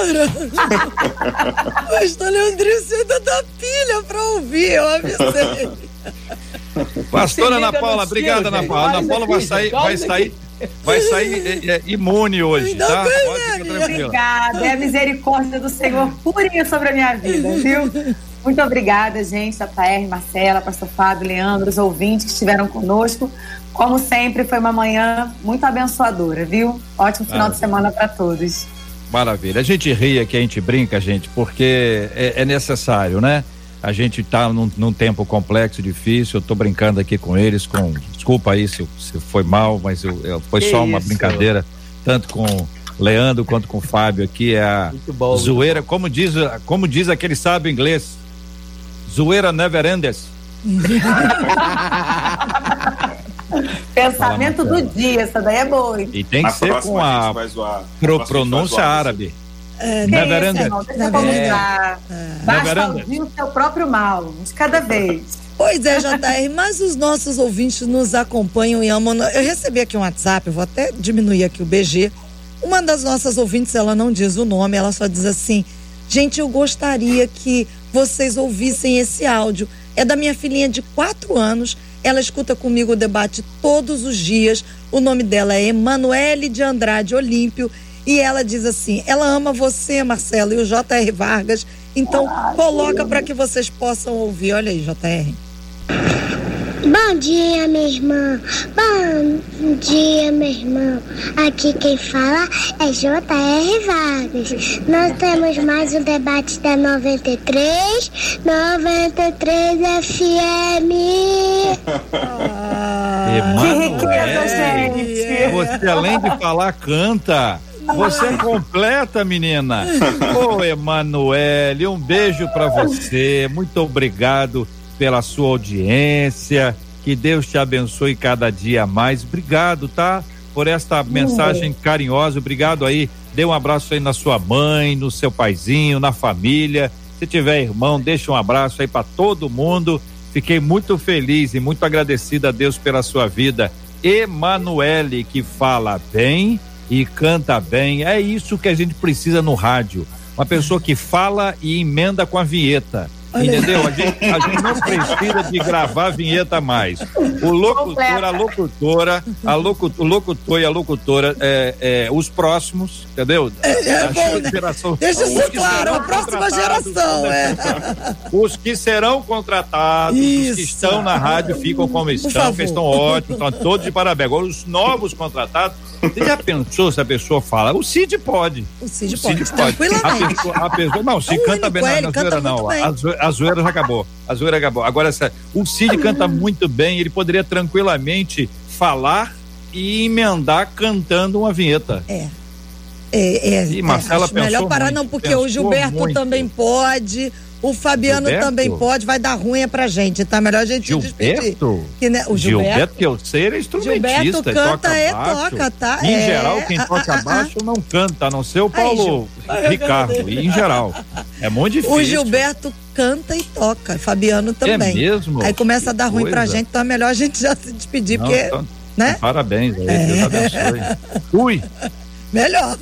[SPEAKER 3] Pastor Leandrinho, você ainda dá pilha pra ouvir, eu avisei.
[SPEAKER 2] Pastora Ana Paula, obrigada, Ana Paula. Ana Paula vai sair, vai sair, vai sair é, é, imune hoje, ainda tá?
[SPEAKER 3] Bem,
[SPEAKER 2] Pode ficar tranquila.
[SPEAKER 5] Obrigada, é a misericórdia do Senhor purinha sobre a minha vida, viu? Muito obrigada, gente, J R, Marcela, Pastor Fábio, Leandro, os ouvintes que estiveram conosco. Como sempre, foi uma manhã muito abençoadora, viu? Ótimo final
[SPEAKER 2] Maravilha.
[SPEAKER 5] de semana para todos.
[SPEAKER 2] Maravilha. A gente ri aqui, a gente brinca, gente, porque é, é necessário, né? A gente tá num, num tempo complexo, difícil. Eu tô brincando aqui com eles, com desculpa aí se, se foi mal, mas eu, eu, foi
[SPEAKER 6] Que
[SPEAKER 2] só uma
[SPEAKER 6] isso?
[SPEAKER 2] brincadeira, tanto com Leandro quanto com o Fábio aqui, é a
[SPEAKER 6] Muito bom,
[SPEAKER 2] zoeira, como diz, como diz aquele sábio inglês, zoeira never ends.
[SPEAKER 5] Pensamento do dia, essa daí é boa, hein?
[SPEAKER 2] E tem que
[SPEAKER 4] Na
[SPEAKER 2] ser
[SPEAKER 4] próxima
[SPEAKER 2] com
[SPEAKER 4] a
[SPEAKER 2] a
[SPEAKER 4] gente vai zoar.
[SPEAKER 2] pro,
[SPEAKER 4] Na próxima a gente vai
[SPEAKER 2] pronúncia
[SPEAKER 4] zoar.
[SPEAKER 2] árabe.
[SPEAKER 3] É,
[SPEAKER 5] Que
[SPEAKER 2] Never
[SPEAKER 5] isso,
[SPEAKER 2] ended.
[SPEAKER 5] irmão? Deixa eu
[SPEAKER 3] Never
[SPEAKER 5] comunicar. Basta
[SPEAKER 2] Never ended.
[SPEAKER 5] ouvir o seu próprio mal, um de cada vez.
[SPEAKER 3] Pois é, J R, mas os nossos ouvintes nos acompanham e amam. Eu recebi aqui um WhatsApp, eu vou até diminuir aqui o B G. Uma das nossas ouvintes, ela não diz o nome, ela só diz assim: gente, eu gostaria que vocês ouvissem esse áudio. É da minha filhinha de quatro anos. Ela escuta comigo o debate todos os dias. O nome dela é Emanuele de Andrade Olímpio. E ela diz assim: ela ama você, Marcelo, e o J R Vargas. Então, coloca para que vocês possam ouvir. Olha aí, J R.
[SPEAKER 7] Bom dia, minha irmã. Bom dia, meu irmão. Aqui quem fala é J R Vargas. Nós temos mais um debate da noventa e três, noventa e três F M.
[SPEAKER 3] Ah,
[SPEAKER 2] Emanuele,
[SPEAKER 5] gente.
[SPEAKER 2] você além de falar, canta. Você é completa, menina. Ô, Emanuele, um beijo pra você. Muito obrigado pela sua audiência. Que Deus te abençoe cada dia mais. Obrigado, tá? Por esta mensagem carinhosa. Obrigado aí. Dê um abraço aí na sua mãe, no seu paizinho, na família. Se tiver irmão, deixa um abraço aí pra todo mundo. Fiquei muito feliz e muito agradecido a Deus pela sua vida. Emanuele, que fala bem e canta bem. É isso que a gente precisa no rádio. Uma pessoa que fala e emenda com a vinheta. Entendeu? A gente, a gente não precisa de gravar vinheta mais. O locutor, a locutora, a locutor, o locutor e a locutora, é, é, os próximos, entendeu?
[SPEAKER 3] É, é bom, né?
[SPEAKER 2] Geração,
[SPEAKER 3] deixa isso claro, a próxima geração, é.
[SPEAKER 2] Os que serão contratados,
[SPEAKER 3] isso.
[SPEAKER 2] Os que estão na rádio ficam como estão, que estão ótimos, estão todos de parabéns. Agora, os novos contratados, você já pensou se a pessoa fala? O Cid pode.
[SPEAKER 3] O Cid,
[SPEAKER 2] o
[SPEAKER 3] pode,
[SPEAKER 2] Cid pode.
[SPEAKER 3] tranquilamente.
[SPEAKER 2] A pessoa, a pessoa, não, se canta bem na, na zoeira, não. A, a zoeira já acabou. A zoeira acabou. Agora, essa, o Cid canta muito bem, ele poderia tranquilamente falar e emendar cantando uma vinheta.
[SPEAKER 3] É. É, é,
[SPEAKER 2] e Marcela
[SPEAKER 3] é, acho melhor parar
[SPEAKER 2] muito,
[SPEAKER 3] não, porque o Gilberto
[SPEAKER 2] muito.
[SPEAKER 3] também pode, o Fabiano
[SPEAKER 2] Gilberto?
[SPEAKER 3] também pode, vai dar ruim é pra gente, tá? Melhor a gente
[SPEAKER 2] Gilberto?
[SPEAKER 3] despedir. Que, né, o Gilberto,
[SPEAKER 2] Gilberto, que eu sei, ele é instrumentista.
[SPEAKER 3] Gilberto canta,
[SPEAKER 2] toca
[SPEAKER 3] é,
[SPEAKER 2] baixo.
[SPEAKER 3] toca, tá?
[SPEAKER 2] Em
[SPEAKER 3] é,
[SPEAKER 2] geral, quem
[SPEAKER 3] ah,
[SPEAKER 2] toca
[SPEAKER 3] ah,
[SPEAKER 2] baixo
[SPEAKER 3] ah,
[SPEAKER 2] não canta, a não ser o Paulo
[SPEAKER 3] Aí,
[SPEAKER 2] Ricardo, e em geral. É muito difícil.
[SPEAKER 3] O Gilberto canta e toca, Fabiano também.
[SPEAKER 2] É mesmo?
[SPEAKER 3] Aí começa a dar
[SPEAKER 2] que
[SPEAKER 3] ruim
[SPEAKER 2] coisa.
[SPEAKER 3] pra gente, então é melhor a gente já se despedir,
[SPEAKER 2] não,
[SPEAKER 3] porque,
[SPEAKER 2] então,
[SPEAKER 3] né?
[SPEAKER 2] Parabéns, aí,
[SPEAKER 3] é.
[SPEAKER 2] Deus abençoe. Ui!
[SPEAKER 3] Melhor.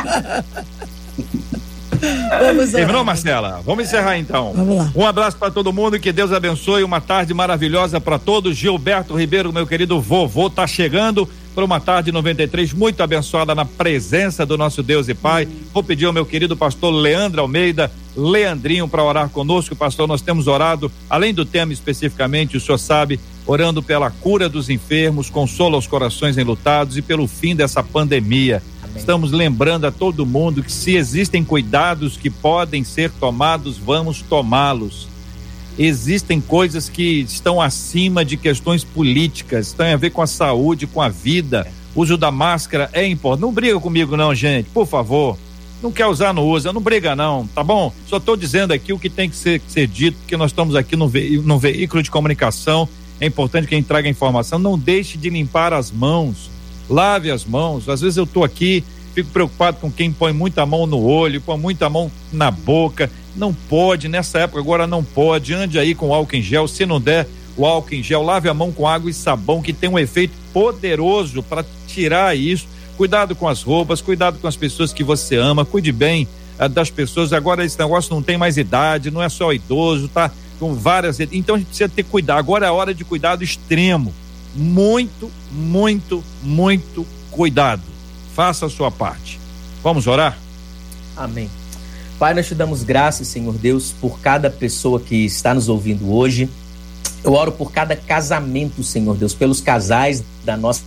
[SPEAKER 3] Vamos
[SPEAKER 2] Terminou, Marcela? Vamos encerrar então.
[SPEAKER 3] Vamos lá.
[SPEAKER 2] Um abraço para todo mundo, que Deus abençoe, uma tarde maravilhosa para todos. Gilberto Ribeiro, meu querido vovô, tá chegando para uma tarde noventa e três muito abençoada na presença do nosso Deus e Pai. Vou pedir ao meu querido pastor Leandro Almeida, Leandrinho, para orar conosco. Pastor, nós temos orado, além do tema especificamente, o senhor sabe, orando pela cura dos enfermos, consolo aos corações enlutados e pelo fim dessa pandemia. Estamos lembrando a todo mundo que se existem cuidados que podem ser tomados, vamos tomá-los. Existem coisas que estão acima de questões políticas, têm a ver com a saúde, com a vida. O uso da máscara é importante. Não briga comigo não, gente, por favor. Não quer usar, não usa, não briga não, tá bom? Só estou dizendo aqui o que tem que ser, ser dito, porque nós estamos aqui no, ve, no veículo de comunicação. É importante que quem traga informação não deixe de limpar as mãos. Lave as mãos. Às vezes eu tô aqui, fico preocupado com quem põe muita mão no olho, põe muita mão na boca. Não pode, nessa época agora não pode. Ande aí com álcool em gel. Se não der o álcool em gel, lave a mão com água e sabão, que tem um efeito poderoso para tirar isso. Cuidado com as roupas, cuidado com as pessoas que você ama, cuide bem ah, das pessoas. Agora esse negócio não tem mais idade, não é só idoso, tá com várias. Então a gente precisa ter cuidado. Agora é a hora de cuidado extremo. Muito, muito, muito cuidado. Faça a sua parte. Vamos orar?
[SPEAKER 6] Amém. Pai, nós te damos graças, Senhor Deus, por cada pessoa que está nos ouvindo hoje. Eu oro por cada casamento, Senhor Deus, pelos casais da nossa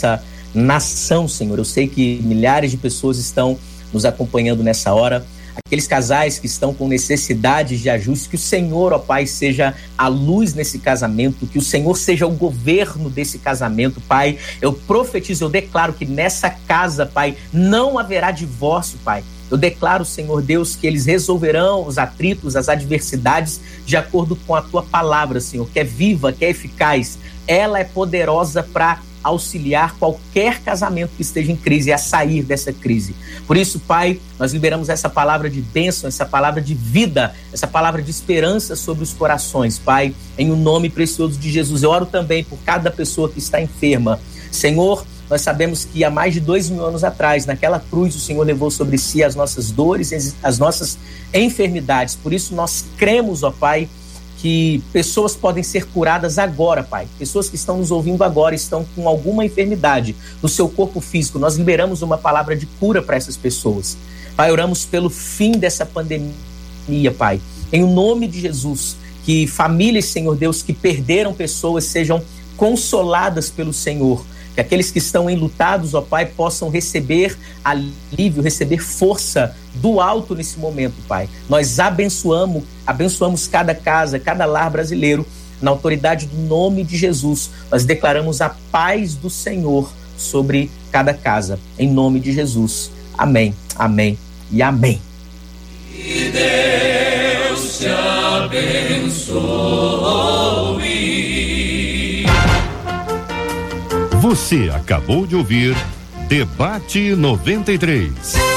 [SPEAKER 6] nação, Senhor. Eu sei que milhares de pessoas estão nos acompanhando nessa hora. Aqueles casais que estão com necessidades de ajuste, que o Senhor, ó Pai, seja a luz nesse casamento, que o Senhor seja o governo desse casamento, Pai. Eu profetizo, eu declaro que nessa casa, Pai, não haverá divórcio, Pai. Eu declaro, Senhor Deus, que eles resolverão os atritos, as adversidades, de acordo com a Tua palavra, Senhor, que é viva, que é eficaz. Ela é poderosa para auxiliar qualquer casamento que esteja em crise a sair dessa crise. Por isso, Pai, nós liberamos essa palavra de bênção, essa palavra de vida, essa palavra de esperança sobre os corações, Pai, em o nome precioso de Jesus. Eu oro também por cada pessoa que está enferma. Senhor, nós sabemos que há mais de dois mil anos atrás, naquela cruz, o Senhor levou sobre si as nossas dores, as nossas enfermidades. Por isso nós cremos, ó Pai, que pessoas podem ser curadas agora, Pai. Pessoas que estão nos ouvindo agora, estão com alguma enfermidade no seu corpo físico. Nós liberamos uma palavra de cura para essas pessoas. Pai, oramos pelo fim dessa pandemia, Pai. Em nome de Jesus, que famílias, Senhor Deus, que perderam pessoas sejam consoladas pelo Senhor. Que aqueles que estão enlutados, ó Pai, possam receber alívio, receber força do alto nesse momento, Pai. Nós abençoamos, abençoamos cada casa, cada lar brasileiro, na autoridade do nome de Jesus. Nós declaramos a paz do Senhor sobre cada casa, em nome de Jesus. Amém, amém e amém.
[SPEAKER 8] Que Deus te abençoe.
[SPEAKER 1] Você acabou de ouvir Debate noventa e três.